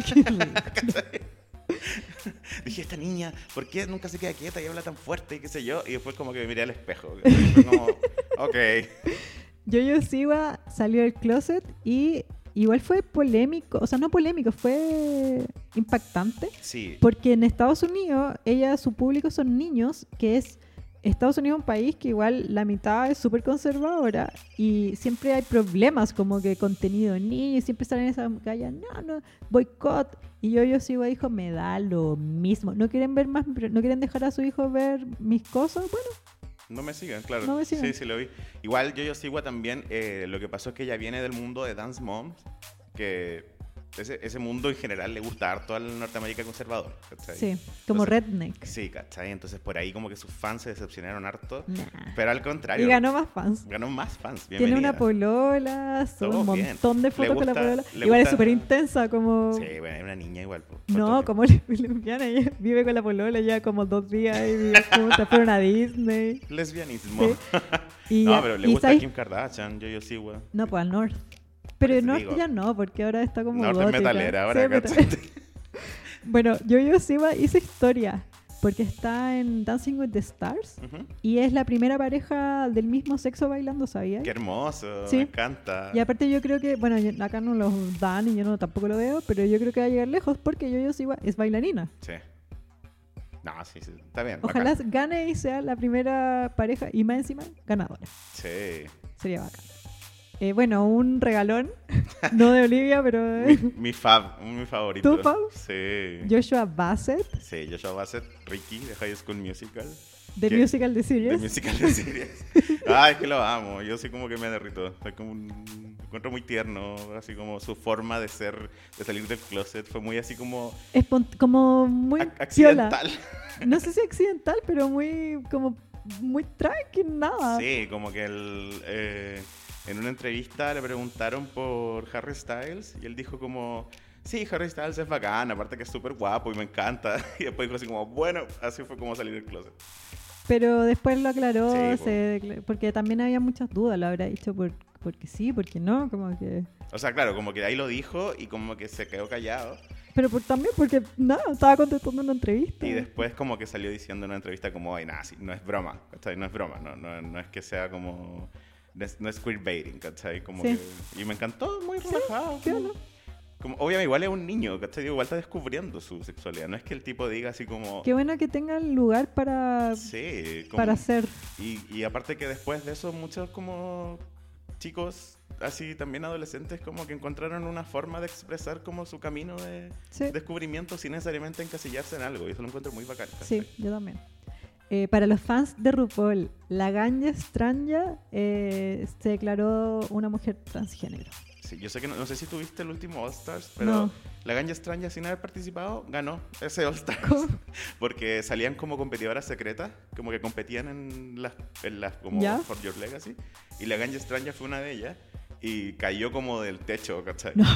¿Cachai? Dije, esta niña, ¿por qué nunca se queda quieta y habla tan fuerte y qué sé yo? Y después como que me miré al espejo. Y fue como, ok. Yo-Yo Siwa salió del closet y igual fue polémico. O sea, no polémico, fue impactante. Sí, Porque en Estados Unidos, ella, su público son niños, que es Estados Unidos es un país que igual la mitad es súper conservadora y siempre hay problemas como que contenido en niños, siempre están en esa calle, no, no, boicot. Y yo, yo sigo dijo, me da lo mismo. No quieren ver más, no quieren dejar a su hijo ver mis cosas, bueno, No me sigan, claro. No me sigan. Sí, sí lo vi. Igual Yo-Yo Siwa también, eh, lo que pasó es que ella viene del mundo de Dance Moms, que ese, ese mundo en general le gusta harto al Norteamérica conservador, ¿cachai? Sí, como Entonces, redneck. Sí, ¿cachai? Entonces por ahí como que sus fans se decepcionaron harto, Nah. pero al contrario. Y ganó más fans. Ganó más fans, Tiene bienvenida. una polola, sube Todo un bien. montón de Le fotos con la gusta- polola. le Igual es gusta- súper intensa, como... Sí, bueno, es una niña igual. po. No, ¿Cuánto como lesbiana, ella vive con la polola ya como dos días y viven juntas, fueron a Disney. tiempo? Lesbianismo. Sí. Y no, ya- pero le y gusta ¿sabes? Kim Kardashian, Yo-Yo Siwa. No, pues al North. Pero Por el eso North digo. ya no, porque ahora está como Norte es gótica. metalera ahora, Sí, ¿cachai? metal- Bueno, Yo-Yo Siwa hizo historia porque está en Dancing with the Stars Ujú. y es la primera pareja del mismo sexo bailando, ¿sabías? Qué hermoso, Sí. me encanta. Y aparte yo creo que, bueno, yo- acá no los dan y yo no tampoco lo veo, pero yo creo que va a llegar lejos porque Yo-Yo Siwa es bailarina. Sí. No, sí, sí, está bien. Ojalá bacán. gane y sea la primera pareja y más encima ganadora. Sí. Sería bacán. Eh, bueno, un regalón, no de Olivia, pero Mi, mi fab, mi favorito. ¿Tu fab? Sí. Joshua Bassett, Sí, Joshua Bassett, Ricky de High School Musical. de ¿Qué? Musical de De Series. Musical de series. Ay, es que lo amo. Yo sí como que me derrito. Soy como un... Lo encuentro muy tierno. Así como su forma de ser, de salir del closet fue muy así como Espont- como muy ac- piola. accidental. No sé si accidental, pero muy como muy tranqui, nada. Sí, como que él, eh, en una entrevista le preguntaron por Harry Styles y él dijo como, sí, Harry Styles es bacán, aparte que es súper guapo y me encanta. Y después dijo así como, bueno, así fue como salir del closet. Pero después lo aclaró, Sí, po. se decla- porque también había muchas dudas, lo habrá dicho por, porque sí, porque no, como que... O sea, claro, como que ahí lo dijo y como que se quedó callado. Pero por, también porque, nada, estaba contestando una entrevista. Y después como que salió diciendo en una entrevista como, ay, nada, sí, no es broma, ¿cachai? No es broma, no, no, no es que sea como... No es, no es queerbaiting, ¿cachai? Como Sí. que, y me encantó, muy relajado. Sí, como- ¿no? Como, obviamente, igual es un niño, ¿cachai? Igual está descubriendo su sexualidad. No es que el tipo diga así como... Qué bueno que tengan lugar para, Sí, como- para hacer. Y, y aparte que después de eso, muchos como chicos, así también adolescentes, como que encontraron una forma de expresar como su camino de Sí, descubrimiento sin necesariamente encasillarse en algo. Y eso lo encuentro muy bacán. sí, ¿cachai? yo también. Eh, para los fans de RuPaul, la Ganya Stranja eh, se declaró una mujer transgénero. Sí, yo sé que no, no sé si tuviste el último All Stars, pero No. la Ganja Stranja, sin haber participado, ganó ese All Stars. ¿Cómo? Porque salían como competidoras secretas, como que competían en las, en las como ¿Ya? For Your Legacy. Y la Ganja Stranja fue una de ellas y cayó como del techo, ¿cachai? No.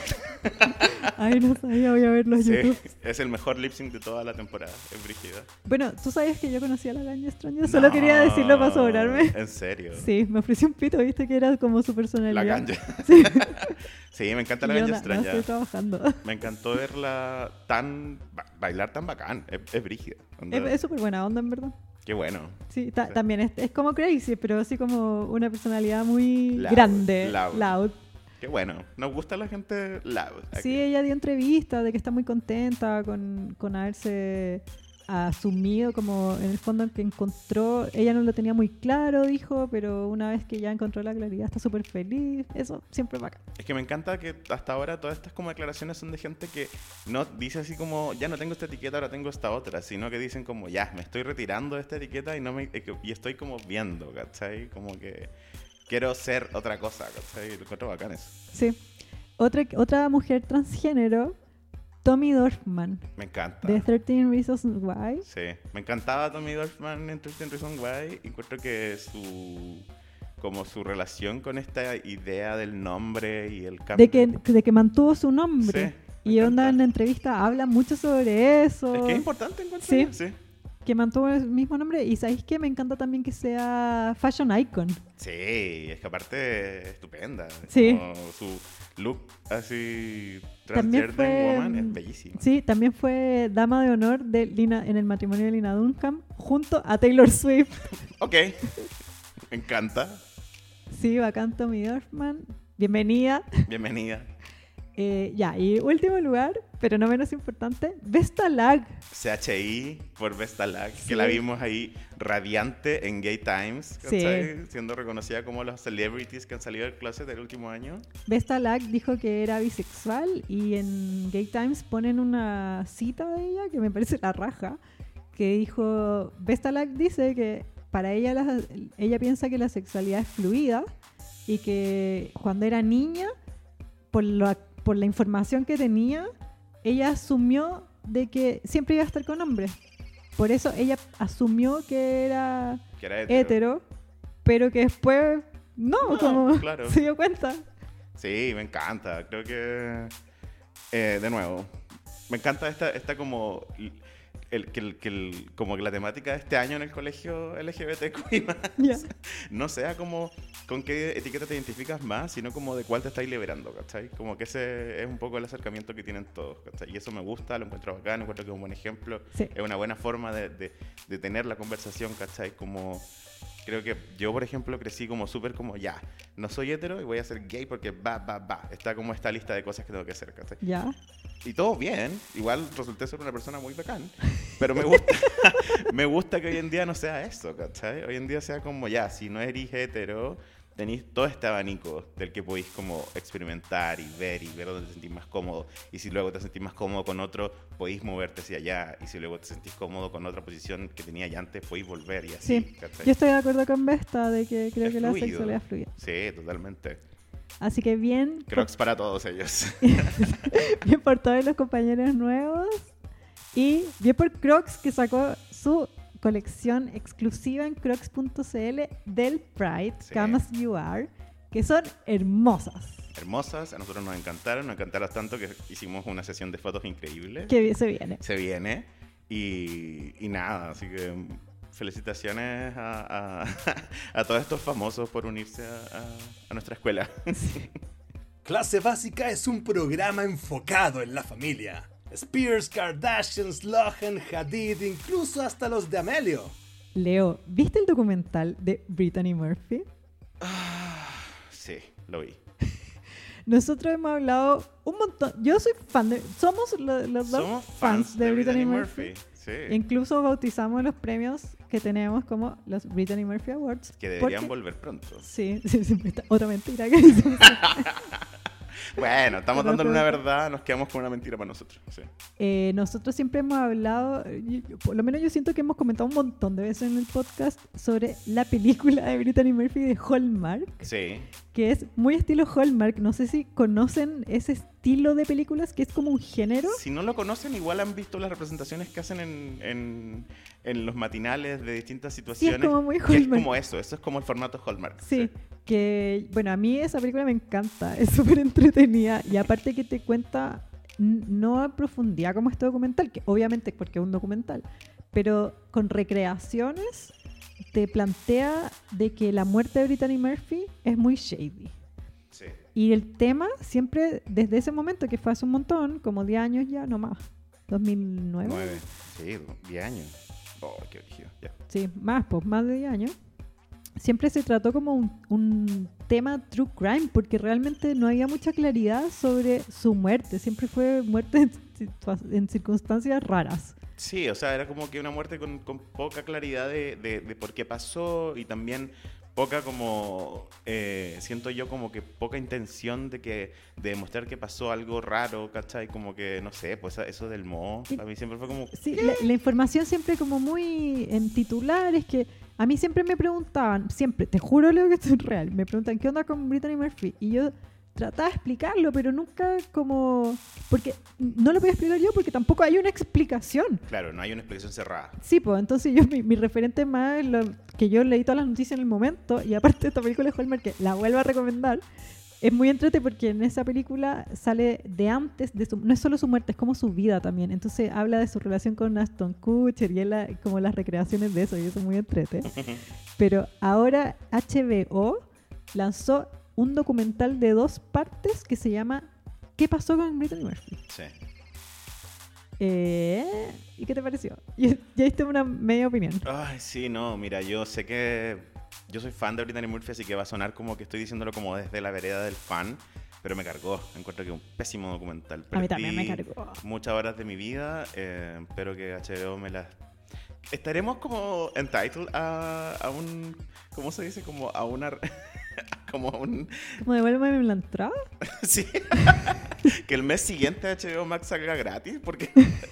Ay, no sabía, voy a ver los Sí, YouTube. es el mejor lip sync de toda la temporada, es brígida. Bueno, ¿tú sabías que yo conocía a la Ganya Stranja? Solo quería decirlo para sobrarme. ¿En serio? Sí, me ofreció un pito, viste que era como su personalidad. La Ganja. Sí, Sí, me encanta la Y yo Ganja no, no Stranja. estoy trabajando. Me encantó verla tan... ba- bailar tan bacán, es, es brígida. Onda, Es es súper buena onda, en verdad. Qué bueno. Sí, ta- Sí. también es, es como crazy, pero así como una personalidad muy Loud, grande, loud. loud. Qué bueno. Nos gusta la gente loud. aquí. Sí, ella dio entrevistas de que está muy contenta con, con haberse asumido como en el fondo que encontró, ella no lo tenía muy claro, dijo, pero una vez que ya encontró la claridad está súper feliz. Eso siempre va acá. Es que me encanta que hasta ahora todas estas como declaraciones son de gente que no dice así como, ya no tengo esta etiqueta, ahora tengo esta otra, sino que dicen como, ya, me estoy retirando de esta etiqueta y no me eh, que- y estoy como viendo, ¿cachai? Como que quiero ser otra cosa, ¿cachai? Lo encuentro bacán eso. Sí. Otra, otra mujer transgénero, Tommy Dorfman, Me encanta. de trece Reasons Why. Sí, me encantaba Tommy Dorfman en trece Reasons Why y encuentro que su como su relación con esta idea del nombre y el cambio. De que, de que mantuvo su nombre. Sí, me y onda encanta. en la entrevista habla mucho sobre eso. Es que es importante encuentro Sí. yo, sí. Que mantuvo el mismo nombre. Y ¿sabéis qué? Me encanta también que sea fashion icon. Sí, es que aparte es estupenda. Sí. Como su look así También transgender fue, woman es mm, bellísimo. Sí, también fue dama de honor de Lina, en el matrimonio de Lina Dunham junto a Taylor Swift. Ok, me encanta. Sí, bacán Tommy Dorfman. Bienvenida. Bienvenida. Eh, ya, y último lugar, pero no menos importante, Vesta Lag. C H I por Vesta Lag, Sí. que la vimos ahí radiante en Gay Times, Sí. ¿cachai? Siendo reconocida como las celebrities que han salido del closet del último año. Vesta Lag dijo que era bisexual y en Gay Times ponen una cita de ella que me parece la raja, que dijo, Vesta Lag dice que para ella, la, ella piensa que la sexualidad es fluida y que cuando era niña, por la, por la información que tenía, ella asumió de que siempre iba a estar con hombres. Por eso ella asumió que era, Que era hetero. hetero, pero que después no, No, como claro. se dio cuenta. Sí, me encanta. Creo que, eh, de nuevo, me encanta esta, esta como, el, que, el, que el, como que la temática de este año en el colegio L G B T Q I más, Ya. no sea como con qué etiqueta te identificas más, sino como de cuál te estáis liberando, ¿cachai? Como que ese es un poco el acercamiento que tienen todos, ¿cachai? Y eso me gusta, lo encuentro bacán, encuentro que es un buen ejemplo, Sí. es una buena forma de, de, de tener la conversación, ¿cachai? Como... Creo que yo, por ejemplo, crecí como súper como, ya, no soy hetero y voy a ser gay porque va, va, va. Está como esta lista de cosas que tengo que hacer, ¿cachai? Ya. Y todo bien, igual resulté ser una persona muy bacán, pero me gusta, me gusta que hoy en día no sea eso, ¿cachai? Hoy en día sea como, ya, si no eres hetero, tenéis todo este abanico del que podéis como experimentar y ver y ver dónde te sentís más cómodo. Y si luego te sentís más cómodo con otro, podéis moverte hacia allá. Y si luego te sentís cómodo con otra posición que tenía ya antes, podéis volver y así, Sí, ¿cachai? yo estoy de acuerdo con Vesta de que creo Es que la fluido. sexualidad es fluida. Sí, totalmente. Así que bien, Crocs para todos ellos. bien por todos los compañeros nuevos y bien por Crocs que sacó su colección exclusiva en crocs punto c l del Pride, Sí. Come As You Are, que son hermosas. Hermosas, a nosotros nos encantaron, nos encantaron tanto que hicimos una sesión de fotos increíble. Que se viene. Se viene y, y nada, así que felicitaciones a, a, a todos estos famosos por unirse a, a, a nuestra escuela. Clase Básica es un programa enfocado en la familia. Spears, Kardashian, Lohan, Hadid, incluso hasta los de Amelio. Leo, ¿viste el documental de Brittany Murphy? Sí, lo vi. Nosotros hemos hablado un montón. Yo soy fan de. Somos lo- los dos Somos fans de, Brittany Murphy. Sí. Incluso bautizamos los premios que tenemos como los Brittany Murphy Awards. Que deberían porque- volver pronto. Sí, sí, sí, está- otra mentira que hicimos. Bueno, estamos Pero dándole una fue- verdad, nos quedamos con una mentira para nosotros. Sí. Eh, nosotros siempre hemos hablado, y- y por lo menos yo siento que hemos comentado un montón de veces en el podcast sobre la película de Brittany Murphy de Hallmark, Sí. que es muy estilo Hallmark. No sé si conocen ese estilo de películas que es como un género. Si no lo conocen, igual han visto las representaciones que hacen en, en, en los matinales de distintas situaciones. como muy que es Hallmark. como eso, eso es como el formato Hallmark. Sí, que bueno, a mí esa película me encanta, es súper entretenida y aparte que te cuenta n- no a profundidad como este documental, que obviamente es porque es un documental, pero con recreaciones te plantea de que la muerte de Brittany Murphy es muy shady. Sí. Y el tema siempre, desde ese momento, que fue hace un montón, como diez años ya, no más, dos mil nueve. Nueve. Sí, diez años. Oh, qué origen. Ya. Sí, más, pues más de diez años. Siempre se trató como un, un tema true crime, porque realmente no había mucha claridad sobre su muerte. Siempre fue muerte en, situa- en circunstancias raras. Sí, o sea, era como que una muerte con, con poca claridad de, de, de por qué pasó y también poca como, eh, siento yo como que poca intención de que de demostrar que pasó algo raro, ¿cachai? Como que, no sé, pues eso del moho, a mí siempre fue como... Sí, la, la información siempre como muy en titulares, que a mí siempre me preguntaban, siempre, te juro Leo que esto es real, me preguntan ¿qué onda con Brittany Murphy? Y yo trataba de explicarlo, pero nunca como... Porque no lo podía explicar yo porque tampoco hay una explicación. Claro, no hay una explicación cerrada. Sí, pues entonces yo mi, mi referente más es lo que yo leí todas las noticias en el momento y aparte de esta película de Hallmark que la vuelvo a recomendar, es muy entrete porque en esa película sale de antes de su, no es solo su muerte, es como su vida también. Entonces habla de su relación con Ashton Kutcher y él la- como las recreaciones de eso y eso es muy entrete. Pero ahora H B O lanzó un documental de dos partes que se llama ¿Qué pasó con Brittany Murphy? Sí. Eh, ¿Y qué te pareció? Ya ya diste una media opinión. Ay, sí, no, mira, yo sé que yo soy fan de Brittany Murphy, así que va a sonar como que estoy diciéndolo como desde la vereda del fan, pero me cargó. Encuentro que es un pésimo documental. A mí también me Perdí cargó. muchas horas de mi vida, eh, espero que H B O me las... Estaremos como entitled a, a un... ¿Cómo se dice? Como a una... como a un... ¿Cómo devuélveme la entrada? Sí. Que el mes siguiente H B O Max salga gratis, porque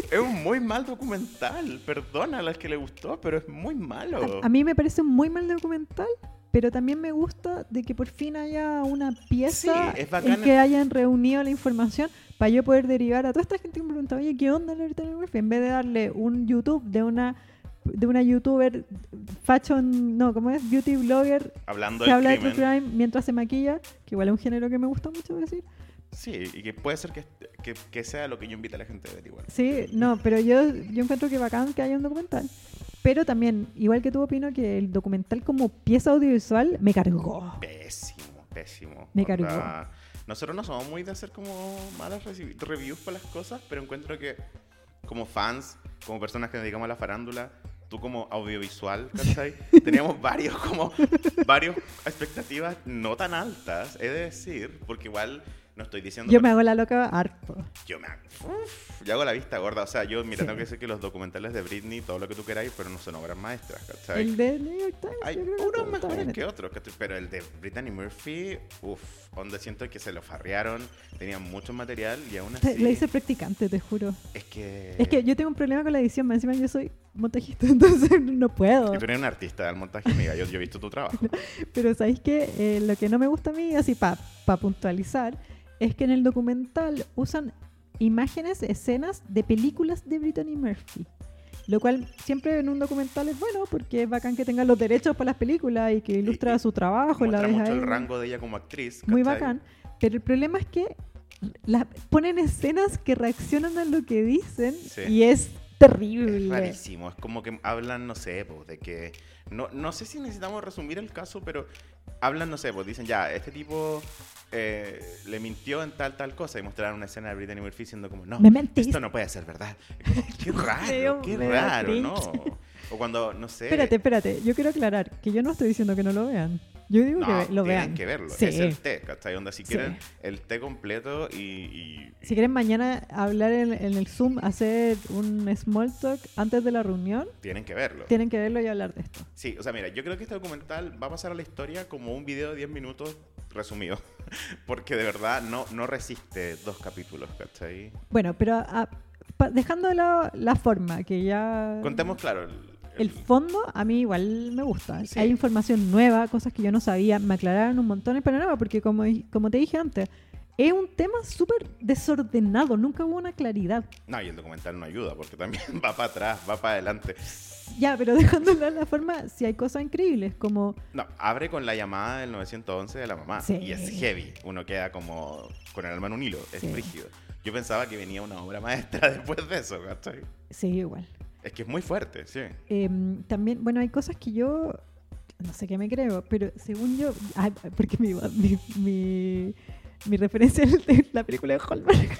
es un muy mal documental. Perdona a las que le gustó, pero es muy malo. A, a mí me parece un muy mal documental, pero también me gusta de que por fin haya una pieza Sí, es bacán. en que hayan reunido la información para yo poder derivar a toda esta gente que me pregunta, oye, ¿qué onda la Brittany Murphy? En vez de darle un YouTube de una de una youtuber fashion, no, ¿cómo es? Beauty blogger Hablando que del habla crimen. de true crime mientras se maquilla, que igual es un género que me gusta mucho decir. Sí, y que puede ser que, que, que sea lo que yo invite a la gente a ver igual. Sí, no, pero yo, yo encuentro que bacán que haya un documental. Pero también, igual que tú, opino que el documental como pieza audiovisual me cargó. Pésimo, pésimo. Me O cargó. sea, nosotros no somos muy de hacer como malas reci- reviews para las cosas, pero encuentro que como fans, como personas que nos dedicamos a la farándula, tú como audiovisual, ¿cachai? Teníamos varios como varios expectativas no tan altas, he de decir, porque igual no estoy diciendo Yo que- me hago la loca harto. yo me hago, uf, yo hago la vista gorda, o sea, yo mira, Sí. tengo que decir que los documentales de Britney, todo lo que tú queráis, pero no son obras maestras, ¿cachai? El de New York Times. Hay yo creo que unos está- está mejores bien que hecho. otros, ¿cachai? Pero el de Brittany Murphy, uff, donde siento que se lo farrearon, tenían mucho material y aún así... Te- Le hice practicante, te juro. Es que... Es que yo tengo un problema con la edición, más encima yo soy montajista, entonces no puedo. Y tú eres un artista del montaje, amiga, yo, yo he visto tu trabajo. Pero ¿sabéis qué? Eh, lo que no me gusta a mí, así para pa puntualizar, es que en el documental usan imágenes, escenas de películas de Brittany Murphy. Lo cual siempre en un documental es bueno porque es bacán que tengan los derechos para las películas y que ilustra y- su trabajo. La Muestra ves mucho ahí. el rango de ella como actriz, Muy ¿cachai? bacán. Pero el problema es que la, ponen escenas que reaccionan a lo que dicen Sí. y es Es terrible. rarísimo, es como que hablan, no sé, pues, de que... No, no sé si necesitamos resumir el caso, pero hablan, no sé, pues dicen ya, este tipo eh, le mintió en tal, tal cosa y mostraron una escena de Brittany Murphy diciendo como, no, Me mentiste. esto no puede ser verdad. Qué raro, Medio- qué me da raro, cringe. ¿no? O cuando, no sé... Espérate, espérate. Yo quiero aclarar que yo no estoy diciendo que no lo vean. Yo digo No, que ve- lo tienen vean. que verlo. Sí. Es el té, ¿cachai? Onda, si Sí. quieren el té completo y... y- Si quieren mañana hablar en, en el Zoom, hacer un small talk antes de la reunión, tienen que verlo. tienen que verlo y hablar de esto. Sí, o sea, mira, yo creo que este documental va a pasar a la historia como un video de diez minutos resumido. Porque de verdad no, no resiste dos capítulos, ¿cachai? Bueno, pero a- pa- dejando de lado la forma, que ya... Contemos, claro, el, El fondo a mí igual me gusta. Sí. Hay información nueva, cosas que yo no sabía. Me aclararon un montón el panorama porque como, di- como te dije antes, es un tema súper desordenado. Nunca hubo una claridad. No, y el documental no ayuda porque también va para atrás, va para adelante. Ya, pero dejándolo de la forma, sí hay cosas increíbles como... No, abre con la llamada del nueve once de la mamá. Sí. Y es heavy. Uno queda como con el alma en un hilo. Es Sí. rígido. Yo pensaba que venía una obra maestra después de eso, ¿cachai? Sí, igual. Es que es muy fuerte, sí. Em, también, bueno, hay cosas que yo no sé qué me creo, pero según yo, ah, porque mi, mi, mi, mi referencia es la película de Hallmark.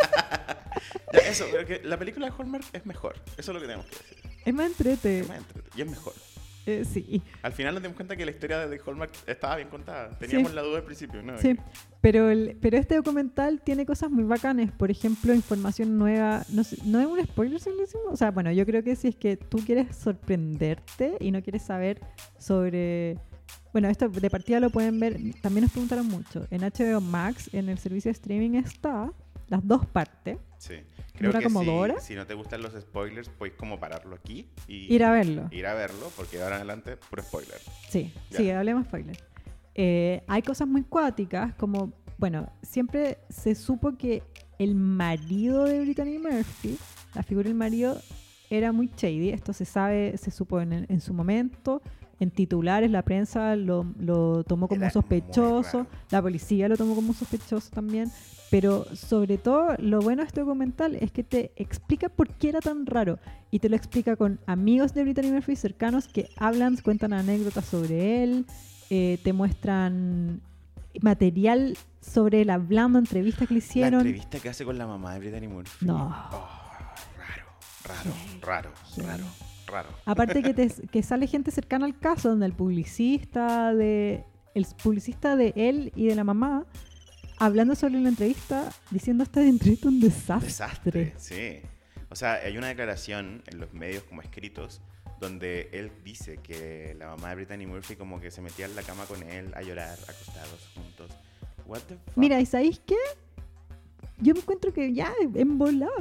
Ya, eso, pero que la película de Hallmark es mejor. Eso es lo que tenemos que decir. Es más entrete. Es más entrete- y es mejor. Eh, sí, Al final nos dimos cuenta que la historia de Hallmark estaba bien contada. Teníamos Sí. la duda al principio, ¿no? sí. Pero, el, pero este documental tiene cosas muy bacanas. Por ejemplo, información nueva. No, sé, ¿no es un spoiler si lo decimos? O sea, bueno, yo creo que si es que tú quieres sorprenderte y no quieres saber sobre... Bueno, esto de partida lo pueden ver. También nos preguntaron mucho. En H B O Max, en el servicio de streaming está las dos partes. Sí. Creo ¿Dura que como si, dos horas? si no te gustan los spoilers, puedes como pararlo aquí y Ir a verlo. ir a verlo, porque de ahora en adelante, puro spoiler. Sí, Ya. sí, hablemos spoiler. Eh, hay cosas muy cuáticas, como, bueno, siempre se supo que el marido de Brittany Murphy, la figura del marido, era muy shady. Esto se sabe, se supo en, en su momento. En titulares, la prensa lo, lo tomó como Era sospechoso, muy raro. la policía lo tomó como sospechoso también. Pero sobre todo, lo bueno de este documental es que te explica por qué era tan raro. Y te lo explica con amigos de Brittany Murphy cercanos que hablan, cuentan anécdotas sobre él, eh, te muestran material sobre él hablando, entrevistas que le La hicieron. entrevista que hace con la mamá de Brittany Murphy. No. Oh, raro, raro, Sí. raro, Sí. raro, raro. Aparte que, te, que sale gente cercana al caso, donde el publicista de el publicista de él y de la mamá hablando sobre la entrevista, diciendo esta entrevista un desastre. Desastre, sí. O sea, hay una declaración en los medios como escritos donde él dice que la mamá de Brittany Murphy como que se metía en la cama con él a llorar, acostados juntos. What the fuck? Mira, ¿y sabéis qué? Yo me encuentro que ya en volada.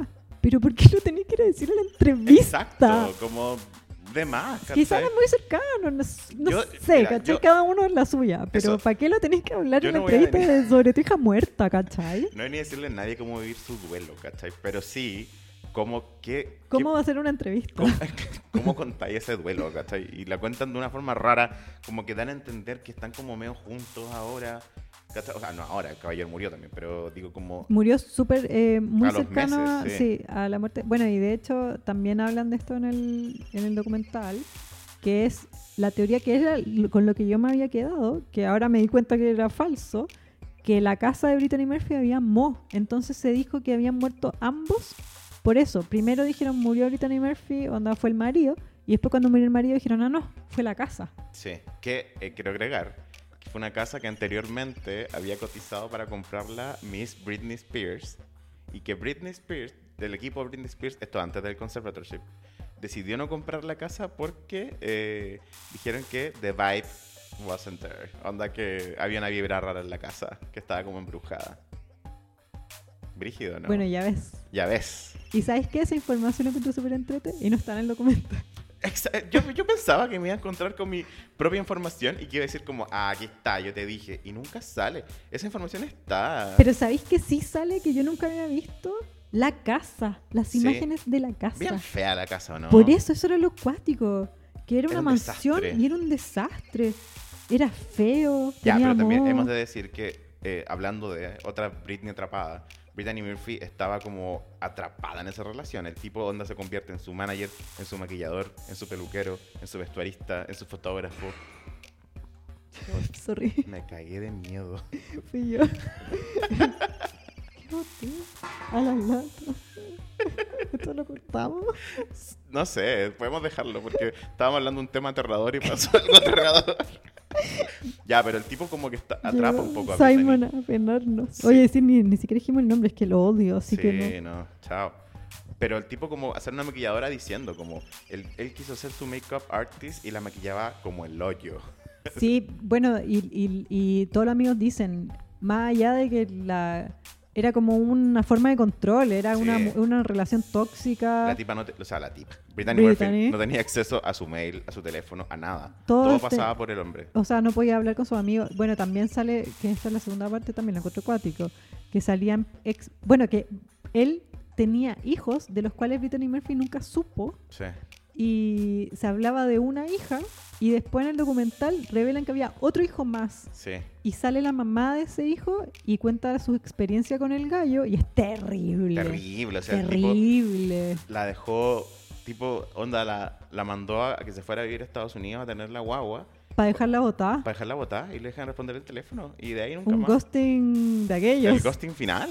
Pero ¿por qué lo tenés que ir a decir en la entrevista? Exacto, como de más, ¿cachai? Quizás es muy cercano, no, s- no Yo- sé, mira, ¿cachai? yo- Cada uno es la suya. Pero Eso. ¿para qué lo tenés que hablar Yo en la no voy a entrevista venir. de- sobre tu hija muerta, ¿cachai? No hay ni decirle a nadie cómo vivir su duelo, ¿cachai? Pero sí, como que... ¿Cómo que- va a ser una entrevista? ¿Cómo, cómo contáis ese duelo, ¿cachai? Y la cuentan de una forma rara, como que dan a entender que están como medio juntos ahora, ¿cachai? O sea, no ahora, el caballero murió también, pero digo como... Murió súper, eh, muy A los cercano a- meses, sí, sí. a la muerte. Bueno, y de hecho también hablan de esto en el, en el documental, que es la teoría que era lo- con lo que yo me había quedado, que ahora me di cuenta que era falso, que la casa de Brittany Murphy había moho. Entonces se dijo que habían muerto ambos por eso. Primero dijeron murió Brittany Murphy, onda fue el marido, y después cuando murió el marido dijeron, ah, no, fue la casa. Sí, que eh, quiero agregar que fue una casa que anteriormente había cotizado para comprarla Miss Britney Spears y que Britney Spears, del equipo de Britney Spears, esto antes del conservatorship, decidió no comprar la casa porque eh, dijeron que the vibe wasn't there. Onda que había una vibra rara en la casa, que estaba como embrujada. Brígido, ¿no? Bueno, ya ves. Ya ves. ¿Y sabes qué? Esa información la encontré súper entrete y no está en el documental. Exa- Yo, yo pensaba que me iba a encontrar con mi propia información y que iba a decir como, ah, aquí está, yo te dije. Y nunca sale. Esa información está. Pero ¿sabéis que sí sale que yo nunca había visto? La casa, las Sí. imágenes de la casa. Bien fea la casa, ¿o no? Por eso, eso era lo cuático. Que era Era una un mansión desastre. y era un desastre. Era feo, Ya, tenía pero también moho. hemos de decir que, eh, hablando de otra Britney atrapada, Brittany Murphy estaba como atrapada en esa relación. El tipo onda se convierte en su manager, en su maquillador, en su peluquero, en su vestuarista, en su fotógrafo. Sorry, Me cagué de miedo. fui yo. ¿Qué boté? A las latas. Esto lo cortamos. No sé, podemos dejarlo porque estábamos hablando de un tema aterrador y pasó algo aterrador. Ya, pero el tipo como que está, atrapa un poco a Brittany. Simon a penarnos. Sí. Oye, sí, ni, ni siquiera dijimos el nombre, es que lo odio, así Sí, que no. no, chao. Pero el tipo como hacer una maquilladora diciendo como él, él quiso ser su makeup artist y la maquillaba como el hoyo. Sí, bueno, y, y, y todos los amigos dicen, más allá de que la era como una forma de control, era Sí. una, una relación tóxica. La tipa no, te- o sea, la tipa. Brittany, Brittany. Murphy no tenía acceso a su mail, a su teléfono, a nada. Todo Todo, este- pasaba por el hombre. O sea, no podía hablar con sus amigos. Bueno, también sale, que esta es la segunda parte, también la encuentro acuático, que salían ex... Bueno, que él tenía hijos de los cuales Brittany Murphy nunca supo Sí. y se hablaba de una hija y después en el documental revelan que había otro hijo más Sí. y sale la mamá de ese hijo y cuenta su experiencia con el gallo y es terrible. Terrible. O sea, el tipo Terrible. la dejó, tipo, onda, la, la mandó a que se fuera a vivir a Estados Unidos a tener la guagua Para dejarla botada. para dejarla botar y le dejan responder el teléfono. Y de ahí nunca Un más. ghosting de aquellos. El ghosting final.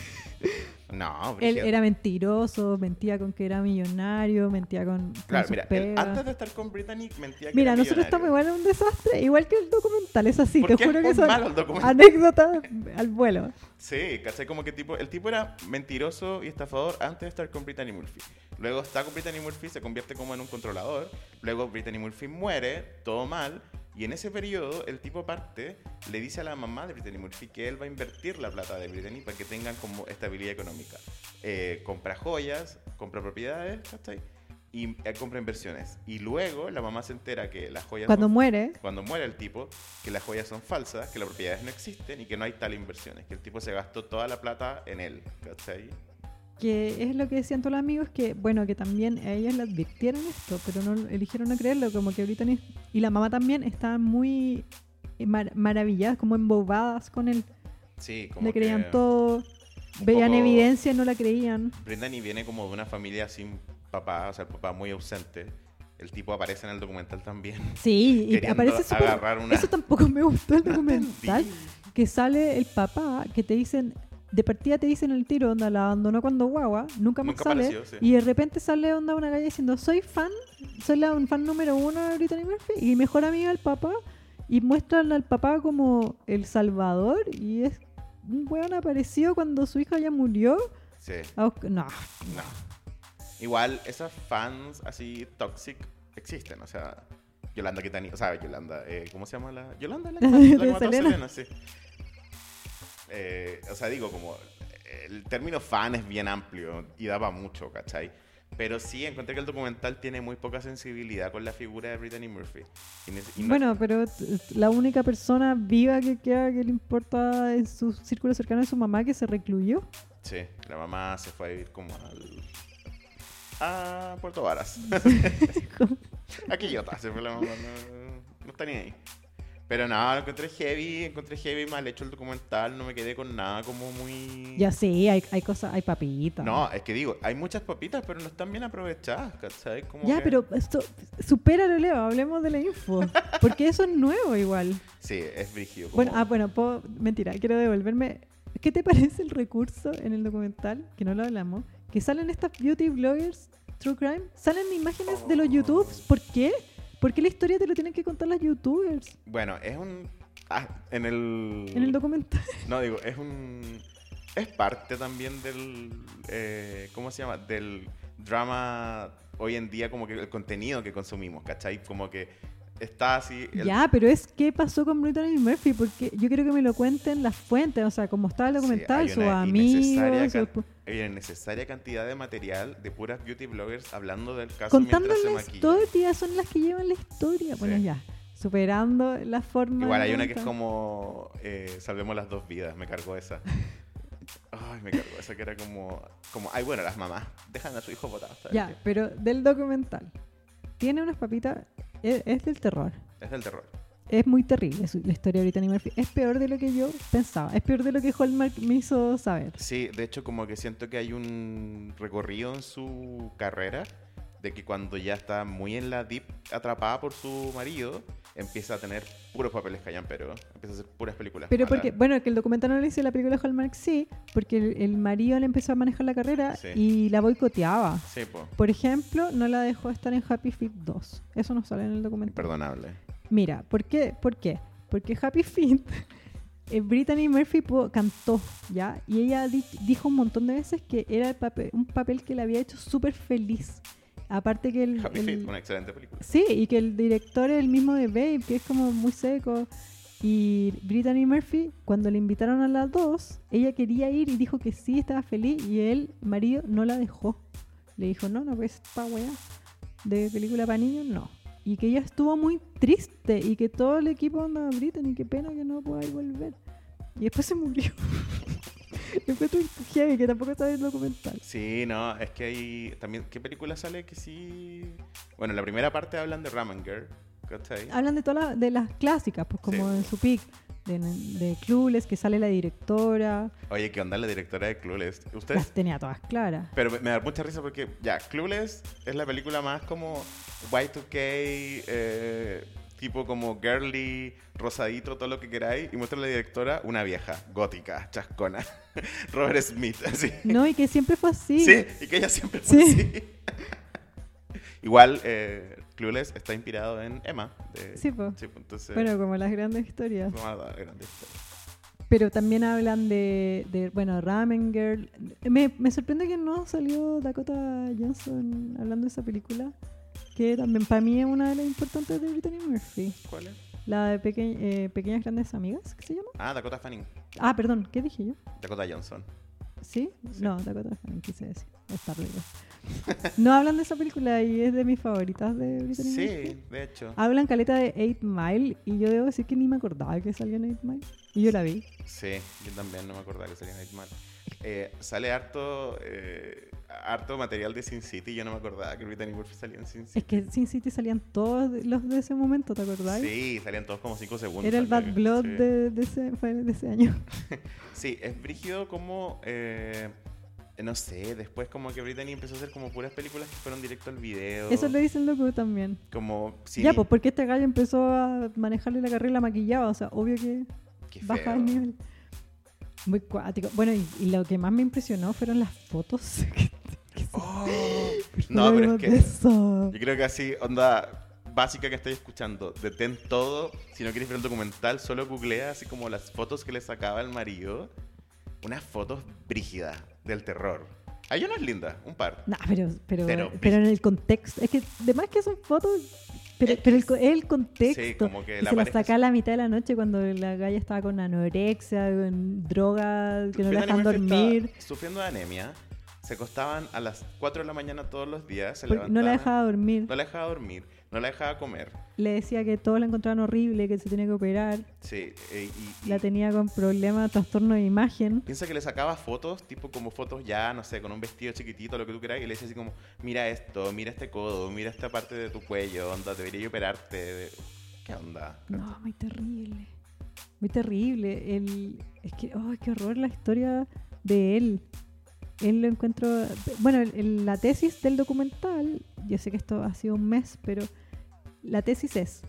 No, Él brígido. era mentiroso, mentía con que era millonario, mentía con, con Claro, sus mira, él, pegas. antes de estar con Brittany mentía que Mira, era nosotros estamos millonario. igual en un desastre, igual que el documental, es así, ¿Por te qué juro es que muy son malo el documental? anécdotas al vuelo. Sí, ¿cachai? Como que tipo, el tipo era mentiroso y estafador antes de estar con Brittany Murphy. Luego está con Brittany Murphy, se convierte como en un controlador. Luego Brittany Murphy muere, todo mal. Y en ese periodo, el tipo parte, le dice a la mamá de Brittany Murphy que él va a invertir la plata de Brittany para que tengan como estabilidad económica. Eh, compra joyas, compra propiedades, ¿cachai? Y eh, compra inversiones. Y luego la mamá se entera que las joyas Cuando son- muere, cuando muere el tipo, que las joyas son falsas, que las propiedades no existen y que no hay tal inversiones, que el tipo se gastó toda la plata en él, ¿cachai? que es lo que decían todos los amigos, que bueno, que también a ellas le advirtieron esto, pero no eligieron no creerlo, como que Brittany y la mamá también estaban muy mar- maravilladas, como embobadas con él. Sí, como Le creían que todo, un veían poco- evidencia y no la creían. Brittany viene como de una familia sin papá, o sea, el papá muy ausente. El tipo aparece en el documental también. Sí, y Queriendo aparece súper... agarrar una- Eso tampoco me gustó el No documental. entendí. Que sale el papá, que te dicen, de partida te dicen el tiro, onda, la abandonó cuando guagua, nunca más Nunca sale. apareció, sí. Y de repente sale onda una galla diciendo, soy fan, soy la, un fan número uno de Brittany Murphy y mejor amiga del papá. Y muestran al papá como el salvador y es un weón apareció cuando su hija ya murió. Sí, A buscar- No, no. Igual, esas fans así toxic existen, o sea, Yolanda Quitani, o sea, Yolanda, eh, ¿cómo se llama la? Yolanda, la, que- la De que mató a Selena. Selena, sí. Eh, o sea, digo, como el término fan es bien amplio y daba mucho, ¿cachai? Pero sí, encontré que el documental tiene muy poca sensibilidad con la figura de Brittany Murphy. Y ne- y no- Bueno, pero t- la única persona viva que queda que le importa en su círculo cercano es su mamá, que se recluyó. Sí, la mamá se fue a vivir como al... a Puerto Varas. A Quillota, se fue la mamá, no, no está ni ahí. Pero nada, lo encontré heavy, encontré heavy, mal hecho el documental, no me quedé con nada como muy... Ya sí, hay, hay cosas, hay papitas. No, es que digo, hay muchas papitas, pero no están bien aprovechadas, ¿cachai? Como Ya, que- pero esto, supéralo, Leo, hablemos de la info. Porque eso es nuevo igual. Sí, es brígido. como- Bueno, ah, bueno, puedo, mentira, quiero devolverme. ¿Qué te parece el recurso en el documental, que no lo hablamos, que salen estas beauty bloggers, true crime, salen imágenes de los YouTubes? ¿Por qué? ¿Por qué la historia te lo tienen que contar las YouTubers Bueno, es un... ah, en el... en el documental? No, digo, es un... Es parte también del... eh, ¿Cómo se llama? Del drama hoy en día, como que el contenido que consumimos, ¿cachai? Como que está así... el- Ya, pero es qué pasó con Brittany Murphy, porque yo quiero que me lo cuenten las fuentes, o sea, como está el Sí, documental, hay sus una amigos. innecesaria sus- can- hay una necesaria cantidad de material de puras beauty bloggers hablando del caso Contando mientras se la maquillan. historia, son las que llevan la historia. Bueno, Sí. ya, superando la forma. Igual de hay una que es contar. como eh, Salvemos las dos vidas, me cargó esa. Ay, me cargó esa que era como, como ay, bueno, las mamás dejan a su hijo botado. ¿sabes Ya, qué? pero del documental. Tiene unas papitas, es, es del terror. Es del terror. Es muy terrible su- la historia de Brittany Murphy. Es peor de lo que yo pensaba. Es peor de lo que Hallmark me hizo saber. Sí, de hecho como que siento que hay un recorrido en su carrera de que cuando ya está muy en la deep atrapada por su marido, empieza a tener puros papeles callamperos, empieza a hacer puras películas Pero malas. porque, bueno, que el documental no le hice la película de Hallmark, sí, porque el, el marido le empezó a manejar la carrera Sí. y la boicoteaba. Sí, po, Por ejemplo, no la dejó estar en Happy Feet dos. Eso no sale en el documental. imperdonable. Mira, ¿por qué? ¿Por qué? Porque Happy Feet, eh, Brittany Murphy pu- cantó, ¿ya? Y ella di- dijo un montón de veces que era el papel, un papel que la había hecho súper feliz. Aparte que el... Happy el- Feet, una excelente película. Sí, y que el director es el mismo de Babe, que es como muy seco. Y Brittany Murphy, cuando le invitaron a las dos, ella quería ir y dijo que sí, estaba feliz, y él, marido, no la dejó. Le dijo, no, no, pues esta weá de película para niños, no. Y que ella estuvo muy triste y que todo el equipo anda, Brittany, qué pena que no pueda ir volver. Y después se murió. Después tuve heavy, que tampoco está en el documental. Sí, no, es que hay también, ¿qué película sale que sí? Bueno, en la primera parte hablan de Ramen Girl, ¿cachai? Hablan de todas las de las clásicas, pues como Sí. en su pick, de, de Clueless, que sale la directora, Oye, ¿qué onda la directora de Clueless? las ¿Ustedes? tenía todas claras. Pero me, me da mucha risa porque, ya, Clueless es la película más como Y dos K, eh, tipo como girly, rosadito, todo lo que queráis, y muestra a la directora una vieja, gótica, chascona, Robert Smith, así. No, y que siempre fue así. Sí, y que ella siempre fue Sí. así. Igual, eh, Clueless está inspirado en Emma. De, Sí, po. sí, pues, entonces... Bueno, como las grandes historias. vamos a dar grande historia. Pero también hablan de, de bueno, Ramen Girl. Me, me sorprende que no salió Dakota Johnson hablando de esa película, que también para mí es una de las importantes de Brittany Murphy. ¿Cuál es? La de Peque- eh, Pequeñas Grandes Amigas, ¿qué se llama? Ah, Dakota Fanning. Ah, perdón, ¿qué dije yo? Dakota Johnson. ¿Sí? Sí. No, Dakota Fanning quise decir. Está arriba. No hablan de esa película y es de mis favoritas de Brittany Murphy. Sí, de hecho. Hablan caleta de eight Mile y yo debo decir que ni me acordaba que salía en eight Mile. Y yo la vi. Sí, yo también no me acordaba que salía Nightmare. Eh, sale harto, eh, harto material de Sin City. Yo no me acordaba que Brittany Murphy salía en Sin City. Es que en Sin City salían todos de- los de ese momento, ¿te acordás? Sí, salían todos como cinco segundos. Era el Bad salía, Blood sí. de, de ese, fue de ese año. Sí, es brígido como, eh, no sé, después como que Brittany empezó a hacer como puras películas que fueron directo al video. Eso le dice el loco también. Como cine- Ya, pues porque este gallo empezó a manejarle la carrera y la maquillaba. O sea, obvio que Qué baja feo. el nivel. Muy cuático. Bueno, y, y lo que más me impresionó fueron las fotos. Oh, Por no, favor, pero es hablemos que de eso. yo creo que así, onda básica que estoy escuchando, detén todo, si no quieres ver el documental, solo googlea así como las fotos que le sacaba el marido, unas fotos brígidas del terror. Hay unas lindas, un par. No, pero, pero, Pero- pero, en el contexto. Es que, además que son fotos Pero, Es pero el, que co- el contexto. sí, como que y la se la pareja saca a la mitad de la noche cuando la galla estaba con anorexia, con drogas que no la Bethany dejan Murphy estaba dormir. sufriendo de anemia. Se acostaban a las cuatro de la mañana todos los días. Se Porque no la levantaban, dejaba dormir. No la dejaba dormir. No la dejaba comer. Le decía que todos la encontraban horrible, que se tenía que operar. Sí. eh, y, y La tenía con problemas, trastorno de imagen. piensa que le sacaba fotos, tipo como fotos ya, no sé, con un vestido chiquitito, lo que tú quieras. Y le decía así como, mira esto, mira este codo, mira esta parte de tu cuello. Onda, debería yo operarte. ¿Qué onda? No, muy terrible. Muy terrible. El, es que, oh, qué horror la historia de él. Él lo encuentro... Bueno, el- el- la tesis del documental, yo sé que esto ha sido un mes, pero la tesis es...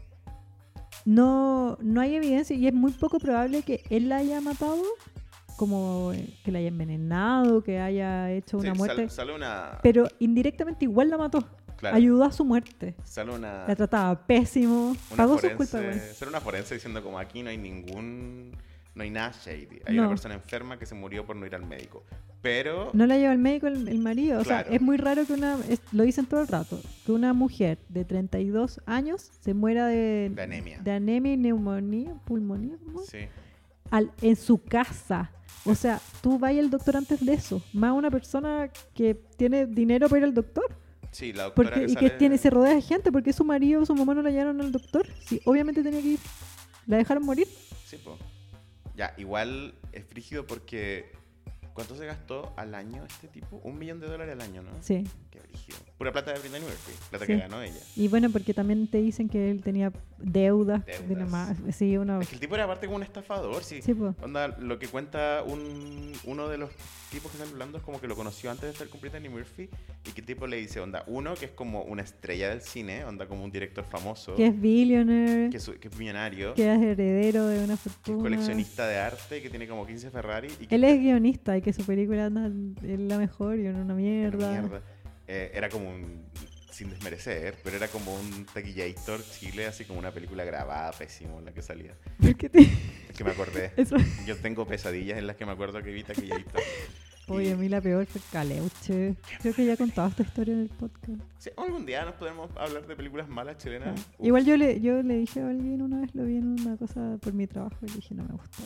No, no hay evidencia y es muy poco probable que él la haya matado, como eh, que la haya envenenado, que haya hecho una Sí, muerte. sal- sale una... Pero indirectamente igual la mató. Claro, Ayudó a su muerte. sale una... La trataba pésimo. una Pagó sus forense- culpas, güey. Sale una forense diciendo como aquí no hay ningún... No hay nada shady. Hay No. una persona enferma que se murió por no ir al médico. Pero... No la lleva al médico el, el marido. O Claro. sea, es muy raro que una... es- lo dicen todo el rato. Que una mujer de treinta y dos años se muera de... De anemia. De anemia y neumonía, pulmonía, ¿cómo? Sí. Al, en su casa. O sea, tú vas al doctor antes de eso. Más una persona que tiene dinero para ir al doctor. Sí, la doctora Porque, que y sale... que tiene, se rodea de gente. Porque su marido o su mamá no la llevaron al doctor. Sí, obviamente tenía que ir. La dejaron morir. Sí, po. Ya, igual es frígido porque... ¿Cuánto se gastó al año este tipo? Un millón de dólares al año, ¿no? Sí. Qué frígido. Pura plata de Britney Murphy. Plata Sí. que ganó ella. Y bueno, porque también te dicen que él tenía deudas. De la Deudas. ma- sí, uno... Es que el tipo era aparte como un estafador, sí. Sí, pues. Onda, lo que cuenta un, uno de los tipos que están hablando es como que lo conoció antes de estar con Britney Murphy y que el tipo le dice, onda, uno que es como una estrella del cine, onda como un director famoso, Que es billionaire. que es, que es millonario, Que es heredero de una que fortuna. es coleccionista de arte, que tiene como quince Ferrari y que Él es guionista y que su película anda- es la mejor y en una Una mierda. mierda. Eh, era como un, sin desmerecer, pero era como un taquillator Chile, así como una película grabada, pésimo, en la que salía. ¿Por qué te- Es que me acordé. Eso... Yo tengo pesadillas en las que me acuerdo que vi taquillator. Oye, a mí la peor fue Caleuche. Creo que ya he contado esta historia en el podcast. Sí, algún día nos podemos hablar de películas malas chilenas. Ah. Uf. Igual yo le, yo le dije a alguien una vez, lo vi en una cosa por mi trabajo y le dije, no me gustó.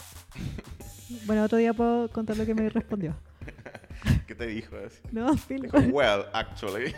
Bueno, otro día puedo contar lo que me respondió. ¿Qué te dijo? Así? No, Phil. Dijo, well, actually.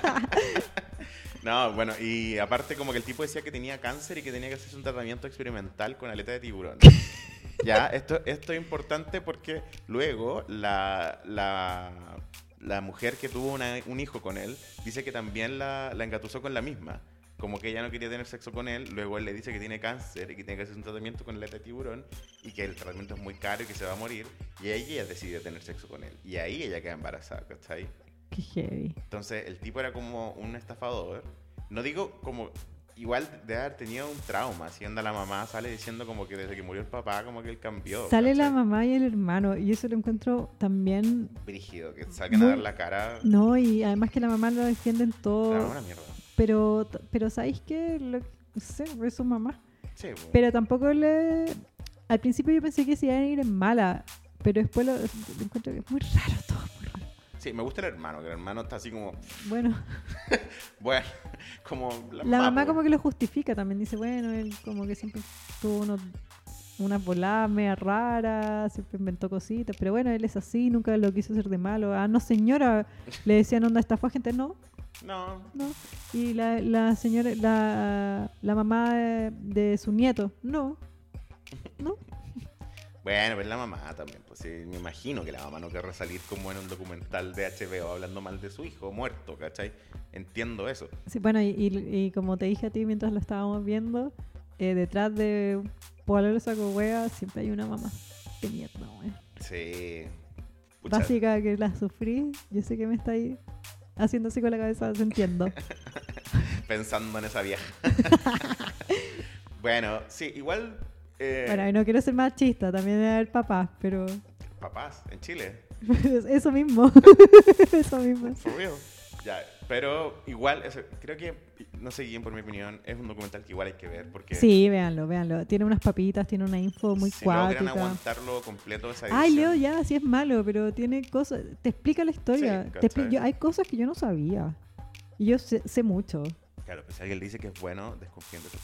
No, bueno, y aparte como que el tipo decía que tenía cáncer y que tenía que hacerse un tratamiento experimental con aleta de tiburón. Ya, esto, esto es importante porque luego la, la, la mujer que tuvo una- un hijo con él dice que también la, la engatusó con la misma. Como que ella no quería tener sexo con él, luego él le dice que tiene cáncer y que tiene que hacer un tratamiento con aleta de tiburón y que el tratamiento es muy caro y que se va a morir. Y ahí ella decide tener sexo con él. Y ahí ella queda embarazada, ¿cachai? Qué heavy. Entonces el tipo era como un estafador. No digo como... Igual de haber tenido un trauma. Si anda la mamá, sale diciendo como que desde que murió el papá, como que él cambió. Sale la ¿cachai? mamá y el hermano y eso lo encuentro también... Brígido, que salgan Muy- a dar la cara. No, y además que la mamá lo defiende en todo. Claro, una mierda. Pero, pero ¿sabéis qué? Lo- no sé, es su mamá. Sí, po. Pero tampoco le... Al principio yo pensé que se iban a ir en mala, pero después lo, lo encuentro que es muy raro todo, muy raro. Sí, me gusta el hermano, que el hermano está así como... Bueno, Bueno, como la, la mamá po. como que lo justifica también. Dice, bueno, él como que siempre tuvo unos, unas voladas media raras, siempre inventó cositas. Pero bueno, él es así, nunca lo quiso hacer de malo. Ah, no señora, le decían, onda, estafó a gente. No, No, no. Y la, la señora, la, la mamá de, de su nieto, no, no. bueno, pues la mamá también. Pues sí, me imagino que la mamá no querrá salir como en un documental de H B O hablando mal de su hijo muerto, ¿cachai? Entiendo eso. Sí, bueno, y, y- y como te dije a ti mientras lo estábamos viendo, eh, detrás de Pololo Saco Wea siempre hay una mamá. Qué mierda, wea. Sí. Pucha, Básica que la sufrí, yo sé que me está ahí haciendo así con la cabeza, te entiendo. pensando en esa vieja. Bueno, sí, igual... eh, Bueno, y no quiero ser machista, también debe haber papás, pero papás, en Chile. eso mismo, eso mismo. For real. Ya, pero igual, eso, creo que, no sé, Guillén, por mi opinión, es un documental que igual hay que ver porque Sí, véanlo, véanlo. Tiene unas papitas, tiene una info muy si logran cuática. aguantarlo completo esa Ay, Leo, edición. ya, sí es malo, pero tiene cosas. Te explica la historia. Sí, Te expli- ¿cachai? yo- hay cosas que yo no sabía. Y yo sé, sé mucho. Claro, pues si alguien dice que es bueno, desconfíen de su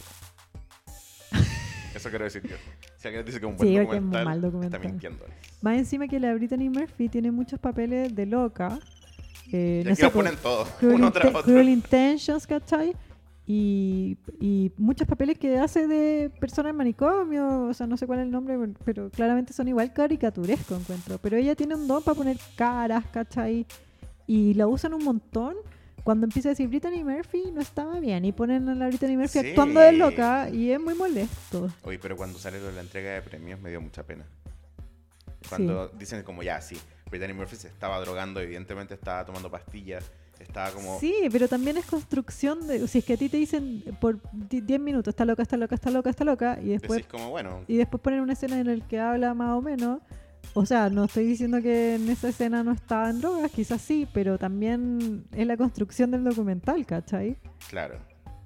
Eso quiero decir yo. Si alguien dice que es un buen Sí, porque es un documental, mal documental. está mintiendo. Más encima que la Brittany Murphy tiene muchos papeles de loca. Eh, Y no aquí sé, lo po- ponen todos, Cruel, uno tras Inte- otro. Cruel Intentions, ¿cachai? Y, y muchos papeles que hace de persona en manicomio, o sea, no sé cuál es el nombre, pero- pero claramente son igual caricaturesco, encuentro. Pero ella tiene un don para poner caras, ¿cachai? Y la usan un montón. Cuando empieza a decir Brittany Murphy no estaba bien y ponen a la Brittany Murphy Sí. actuando de loca y es muy molesto. Oye, pero cuando sale lo de la entrega de premios me dio mucha pena. Cuando dicen como ya, sí, Brittany Murphy se estaba drogando, evidentemente estaba tomando pastillas, estaba como... Sí, pero también es construcción de... Si es que a ti te dicen por di- diez minutos, está loca, está loca, está loca, está loca, y después, Decís como, bueno, y después ponen una escena en la que habla más o menos. O sea, no estoy diciendo que en esa escena no estaba en drogas, quizás sí, pero también es la construcción del documental, ¿cachai? claro.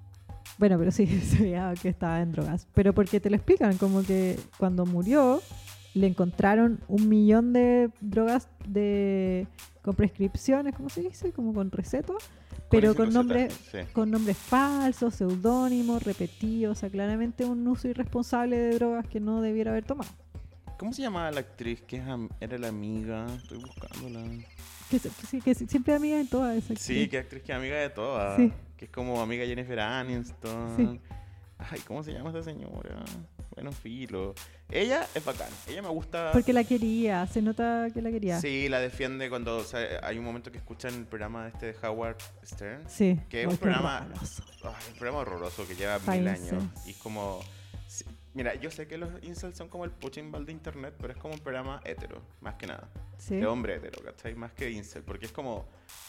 Bueno, pero sí, se veía que estaba en drogas. Pero porque te lo explican, como que cuando murió le encontraron un millón de drogas de con prescripciones, ¿cómo se dice? Como con recetas, pero ese con concepto, nombres sí. con nombres falsos, seudónimos, repetidos, o sea, claramente un uso irresponsable de drogas que no debiera haber tomado. ¿Cómo se llamaba la actriz que es am- era la amiga? Estoy buscándola. Que, se- sí, que sí, siempre amiga en todas esas. Sí, que actriz que es amiga de todas. Sí. Que es como amiga de Jennifer Aniston. Sí. Ay, ¿cómo se llama esa señora? Bueno, filo. Ella es bacán. Ella me gusta. Porque la quería, se nota que la quería. Sí, la defiende cuando o sea, hay un momento que escuchan el programa este de Howard Stern. Sí. Que es Ay, un qué programa, horroroso. ay, un programa horroroso que lleva Pa' mil incel. años. Y es como. sí, mira, yo sé que los incels son como el punching ball de internet, pero es como un programa hetero, más que nada. Sí. De hombre hetero, ¿cachai? Más que incel, porque es como.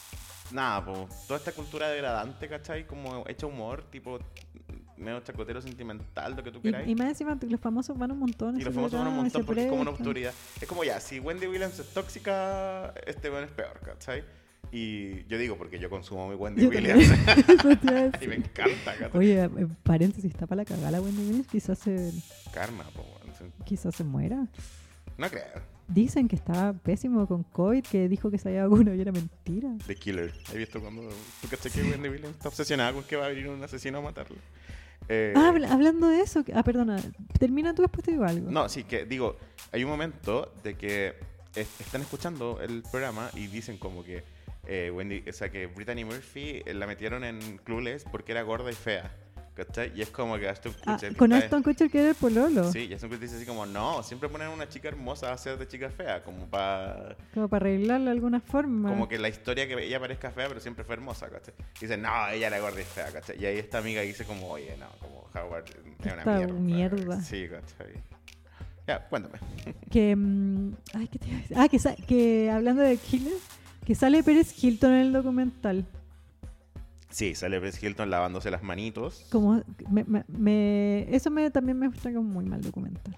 Nada, po, toda esta cultura degradante, ¿cachai? Como hecha humor, tipo medio chacotero sentimental, lo que tú Y, queráis. y más encima los famosos van un montón. Y ese los famosos van un programa, montón se porque es como una prestan. autoridad. Es como ya, si Wendy Williams es tóxica, este weón es peor, ¿cachai? Y yo digo porque yo consumo muy Wendy Yo Williams. Eso te iba a y decir. me encanta, ¿cachai? Oye, eh, paréntesis, está para la cagada la Wendy Williams, quizás se, Karma, po, weón. quizás se muera. No creo. Dicen que estaba pésimo con COVID, que dijo que se había vacunado y era mentira. The Killer. ¿Has visto cuando... ¿Tú cachai que Wendy Williams está obsesionada con que va a venir un asesino a matarlo? Eh, Ah, habla- hablando de eso, que- ah, perdona, termina tú, después te digo algo. No, sí, que digo, hay un momento de que es- están escuchando el programa y dicen como que eh, Wendy, o sea, que Brittany Murphy eh, la metieron en Clueless porque era gorda y fea, ¿cachai? Y es como que Ashton Ah, Kutcher... que con está- Ashton Kutcher que era el pololo, Sí, y Ashton Kutcher dice así como, no, siempre ponen a una chica hermosa a hacer de chica fea, como para... como para arreglarlo de alguna forma. Como que la historia que ella parezca fea, pero siempre fue hermosa, ¿cachai? Y dicen, no, ella era gorda y fea, ¿cachai? Y ahí esta amiga dice como, oye, no, como Howard es una Esta mierda. mierda. Sí, ¿cachai? Ya, cuéntame. Que, mm, ay, ¿qué te iba a decir? Ah, que, sa- que hablando de Killer, que sale Pérez Hilton en el documental. Sí, sale Paris Hilton lavándose las manitos. Como me, me- me- eso me también me muestra que es un muy mal documental.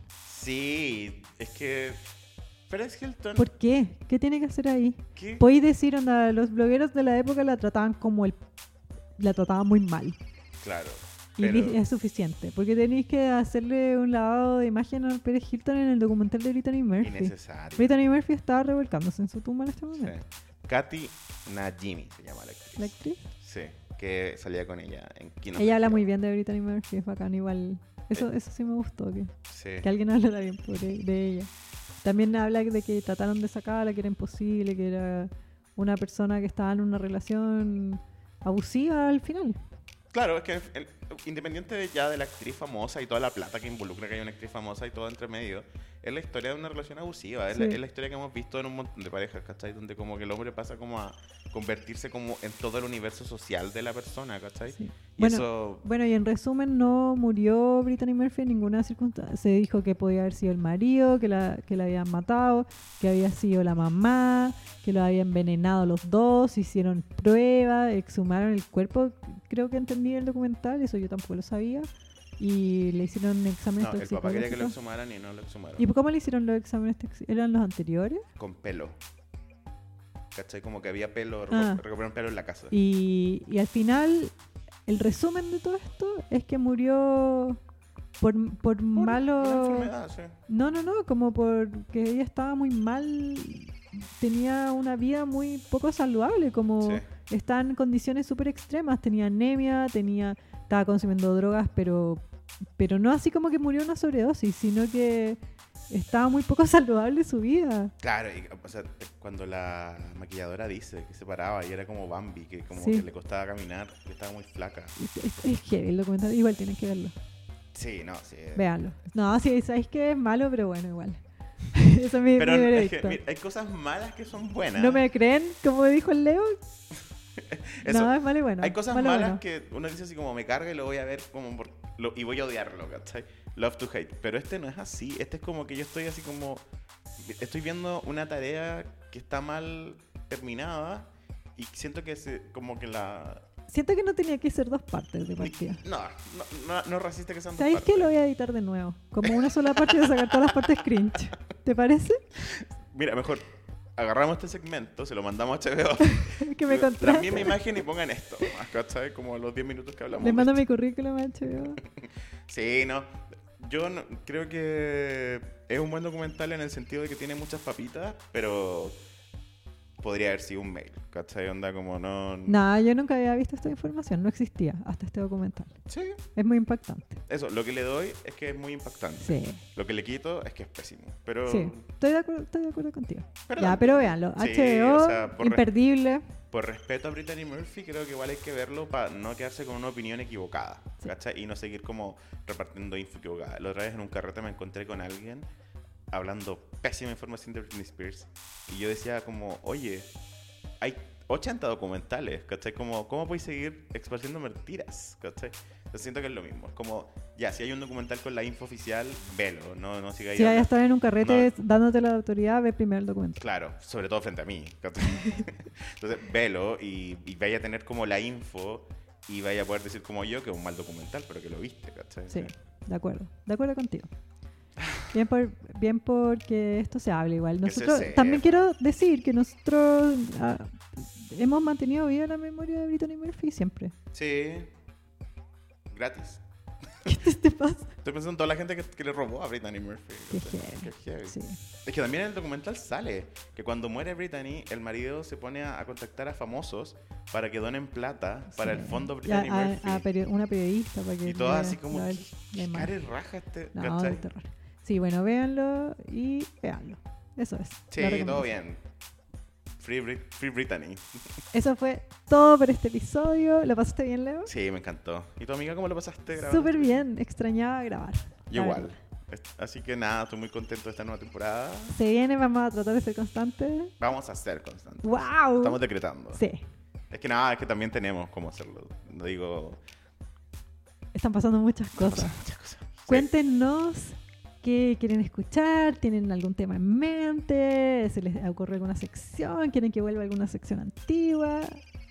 Sí, es que Paris Hilton... ¿Por qué? ¿Qué tiene que hacer ahí? ¿qué? Podéis decir, onda, los blogueros de la época la trataban como el... La trataban muy mal. Claro, Y pero... li- es suficiente. Porque tenéis que hacerle un lavado de imagen a Pérez Hilton en el documental de Brittany Murphy. innecesario. Brittany Murphy estaba revolcándose en su tumba en este Sí. momento. Katy Najimy se llama la actriz. La actriz. Sí, que salía con ella en Kino. Ella habla Festival. muy bien de Brittany Murphy, es bacán igual. Eso, Eh. eso sí me gustó, que, Sí. que alguien hablara bien por e- de ella. También habla de que trataron de sacarla, que era imposible, que era una persona que estaba en una relación abusiva al final. Claro, es que el- el- independiente de ya de la actriz famosa y toda la plata que involucra que hay una actriz famosa y todo entre medio, es la historia de una relación abusiva. Es, la, Sí. es la historia que hemos visto en un montón de parejas, ¿cachai? Donde como que el hombre pasa como a convertirse como en todo el universo social de la persona, ¿cachai? Sí. Y Bueno, eso... bueno, y en resumen, no murió Brittany Murphy en ninguna circunstancia. Se dijo que podía haber sido el marido, que la, que la habían matado, que había sido la mamá, que lo habían envenenado los dos, hicieron pruebas, exhumaron el cuerpo. Creo que entendí el documental, eso yo tampoco lo sabía. Y le hicieron exámenes No, el papá quería que lo toxicológicos. exhumaran y no lo exhumaron. ¿Y cómo le hicieron los exámenes? tox- ¿Eran los anteriores? Con pelo. ¿Cachai? Como que había pelo, Ah. recu- recuperaron pelo en la casa. Y, y al final, el resumen de todo esto es que murió por, por, Por malo... Una enfermedad, sí. No, no, no, como porque ella estaba muy mal, tenía una vida muy poco saludable, como Sí. está en condiciones súper extremas. Tenía anemia, tenía, estaba consumiendo drogas, pero, pero no así como que murió una sobredosis, sino que estaba muy poco saludable su vida. Claro, y, o sea, cuando la maquilladora dice que se paraba y era como Bambi, que como Sí. que le costaba caminar, que estaba muy flaca. Es, es, es heavy el documental, igual tienes que verlo. Sí, no, sí. Véanlo. No, sí, sabéis que es malo, pero bueno, igual. Eso es mi, Pero mi no, es veredicto. que, mira, hay cosas malas que son buenas. ¿No me creen? Como dijo el Leo. Eso, No, es malo y bueno. hay cosas malo, malas bueno. que uno dice así como me carga y lo voy a ver como por, lo, y voy a odiarlo, ¿cachai? Love to hate. Pero este no es así. Este es como que yo estoy así como... Estoy viendo una tarea que está mal terminada y siento que se, como que la... Siento que no tenía que ser dos partes de partida. No, no, no, no resiste que sean dos ¿Sabéis partes. que lo voy a editar de nuevo? Como una sola parte y sacar todas las partes cringe. ¿Te parece? Mira, mejor agarramos este segmento, se lo mandamos a H B O. Que me También contraten. mi imagen y pongan esto, ¿cachai? Como los diez minutos que hablamos. Les de mando esto. mi currículum a H B O. Sí, no. Yo no- creo que es un buen documental en el sentido de que tiene muchas papitas, pero podría haber sido un mail, ¿cachai? Onda como no... No, yo nunca había visto esta información. No existía hasta este documental. Sí, Es muy impactante. eso. Lo que le doy es que es muy impactante. Sí. Lo que le quito es que es pésimo. Pero... Sí. Estoy de acuerdo, estoy de acuerdo contigo. pero Ya, también- pero véanlo. Sí, H B O, o sea, por res- imperdible. Por respeto a Brittany Murphy, creo que igual hay que verlo para no quedarse con una opinión equivocada, Sí. ¿cachai? Y no seguir como repartiendo info equivocada. La otra vez en un carrete me encontré con alguien hablando pésima información de Britney Spears y yo decía como, oye, hay ochenta documentales, ¿cachai? Como, ¿cómo podéis seguir esparciendo mentiras, ¿cachai? Yo siento que es lo mismo. Es como, ya, si hay un documental con la info oficial, velo, no, no sigáis Si vaya a hablando. estar en un carrete dándote la autoridad, ve primero el documento. Claro, sobre todo frente a mí. ¿cachai? Entonces, velo y, y vaya a tener como la info y vaya a poder decir como yo que es un mal documental, pero que lo viste, ¿cachai? Sí, de acuerdo. De acuerdo contigo. Bien, por, bien porque esto se habla igual. Que se Nosotros sepa. también quiero decir que nosotros ah, hemos mantenido viva la memoria de Brittany Murphy siempre. Sí. Gratis. ¿Qué te pasa? Estoy pensando en toda la gente que, que le robó a Brittany Murphy. Qué ¿cachai? heavy. Qué heavy. Sí. Es que también en el documental sale que cuando muere Brittany, el marido se pone a, a contactar a famosos para que donen plata para Sí. el fondo Y a- Brittany a- Murphy. a perio- una periodista para que Y todas lea así como, la- ¿qué, la qué imagen. cara de raja este? No, ¿cachai? de terror. Sí, bueno, véanlo y véanlo. Eso es. Sí, la todo recomendación. bien. Free, Brit- Free Brittany. Eso fue todo por este episodio. ¿Lo pasaste bien, Leo? Sí, me encantó. ¿Y tu amiga cómo lo pasaste grabando? Súper bien. Extrañaba grabar. Yo la igual. verdad. Est- Así que nada, estoy muy contento de esta nueva temporada. Se viene, vamos a tratar de ser constantes. Vamos a ser constantes. ¡Wow! Estamos decretando. Sí. Es que nada, es que también tenemos cómo hacerlo. No digo... Están pasando muchas cosas. muchas cosas. Sí. Cuéntenos qué quieren escuchar, tienen algún tema en mente, se les ocurre alguna sección, quieren que vuelva alguna sección antigua.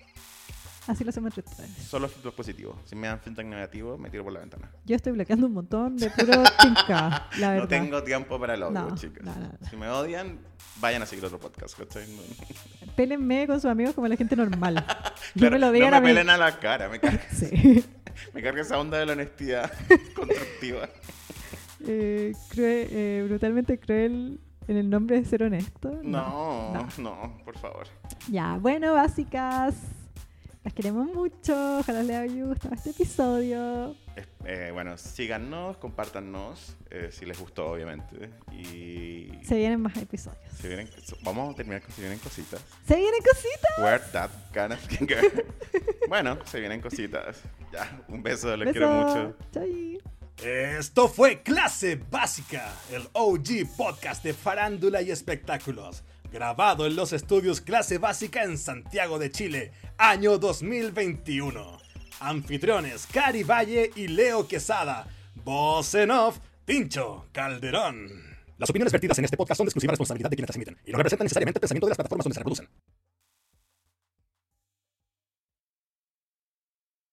Así lo hacemos entre ustedes. Solo feedback positivo. Si me dan feedback negativo, me tiro por la ventana. Yo estoy bloqueando un montón de puro tinca, la verdad. No tengo tiempo para el odio, No, chicas. no, no, no. Si me odian, vayan a seguir otro podcast. ¿cachai? No, Pélenme con sus amigos como la gente normal. Yo Claro, me lo no digan me a mí. pelen a la cara. Me carga, Sí. me carga esa onda de la honestidad constructiva. Eh, crue- eh, brutalmente cruel en el nombre de ser honesto. No, no. no, por favor. Ya, bueno, básicas. Las queremos mucho. Ojalá les haya gustado este episodio. Es- eh, bueno, síganos, compártanos, eh, si les gustó, obviamente. Y Se vienen más episodios. se vienen, vamos a terminar con si vienen cositas. Se vienen cositas. Where that kind of can go. Bueno, se vienen cositas. Ya, un beso, les quiero Besos. mucho. Chai. Esto fue Clase Básica, el O G podcast de farándula y espectáculos, grabado en los estudios Clase Básica en Santiago de Chile, año dos mil veintiuno. Anfitriones Cari Valle y Leo Quesada. Voz en off, Pincho Calderón. Las opiniones vertidas en este podcast son de exclusiva responsabilidad de quienes las emiten y no representan necesariamente el pensamiento de las plataformas donde se reproducen.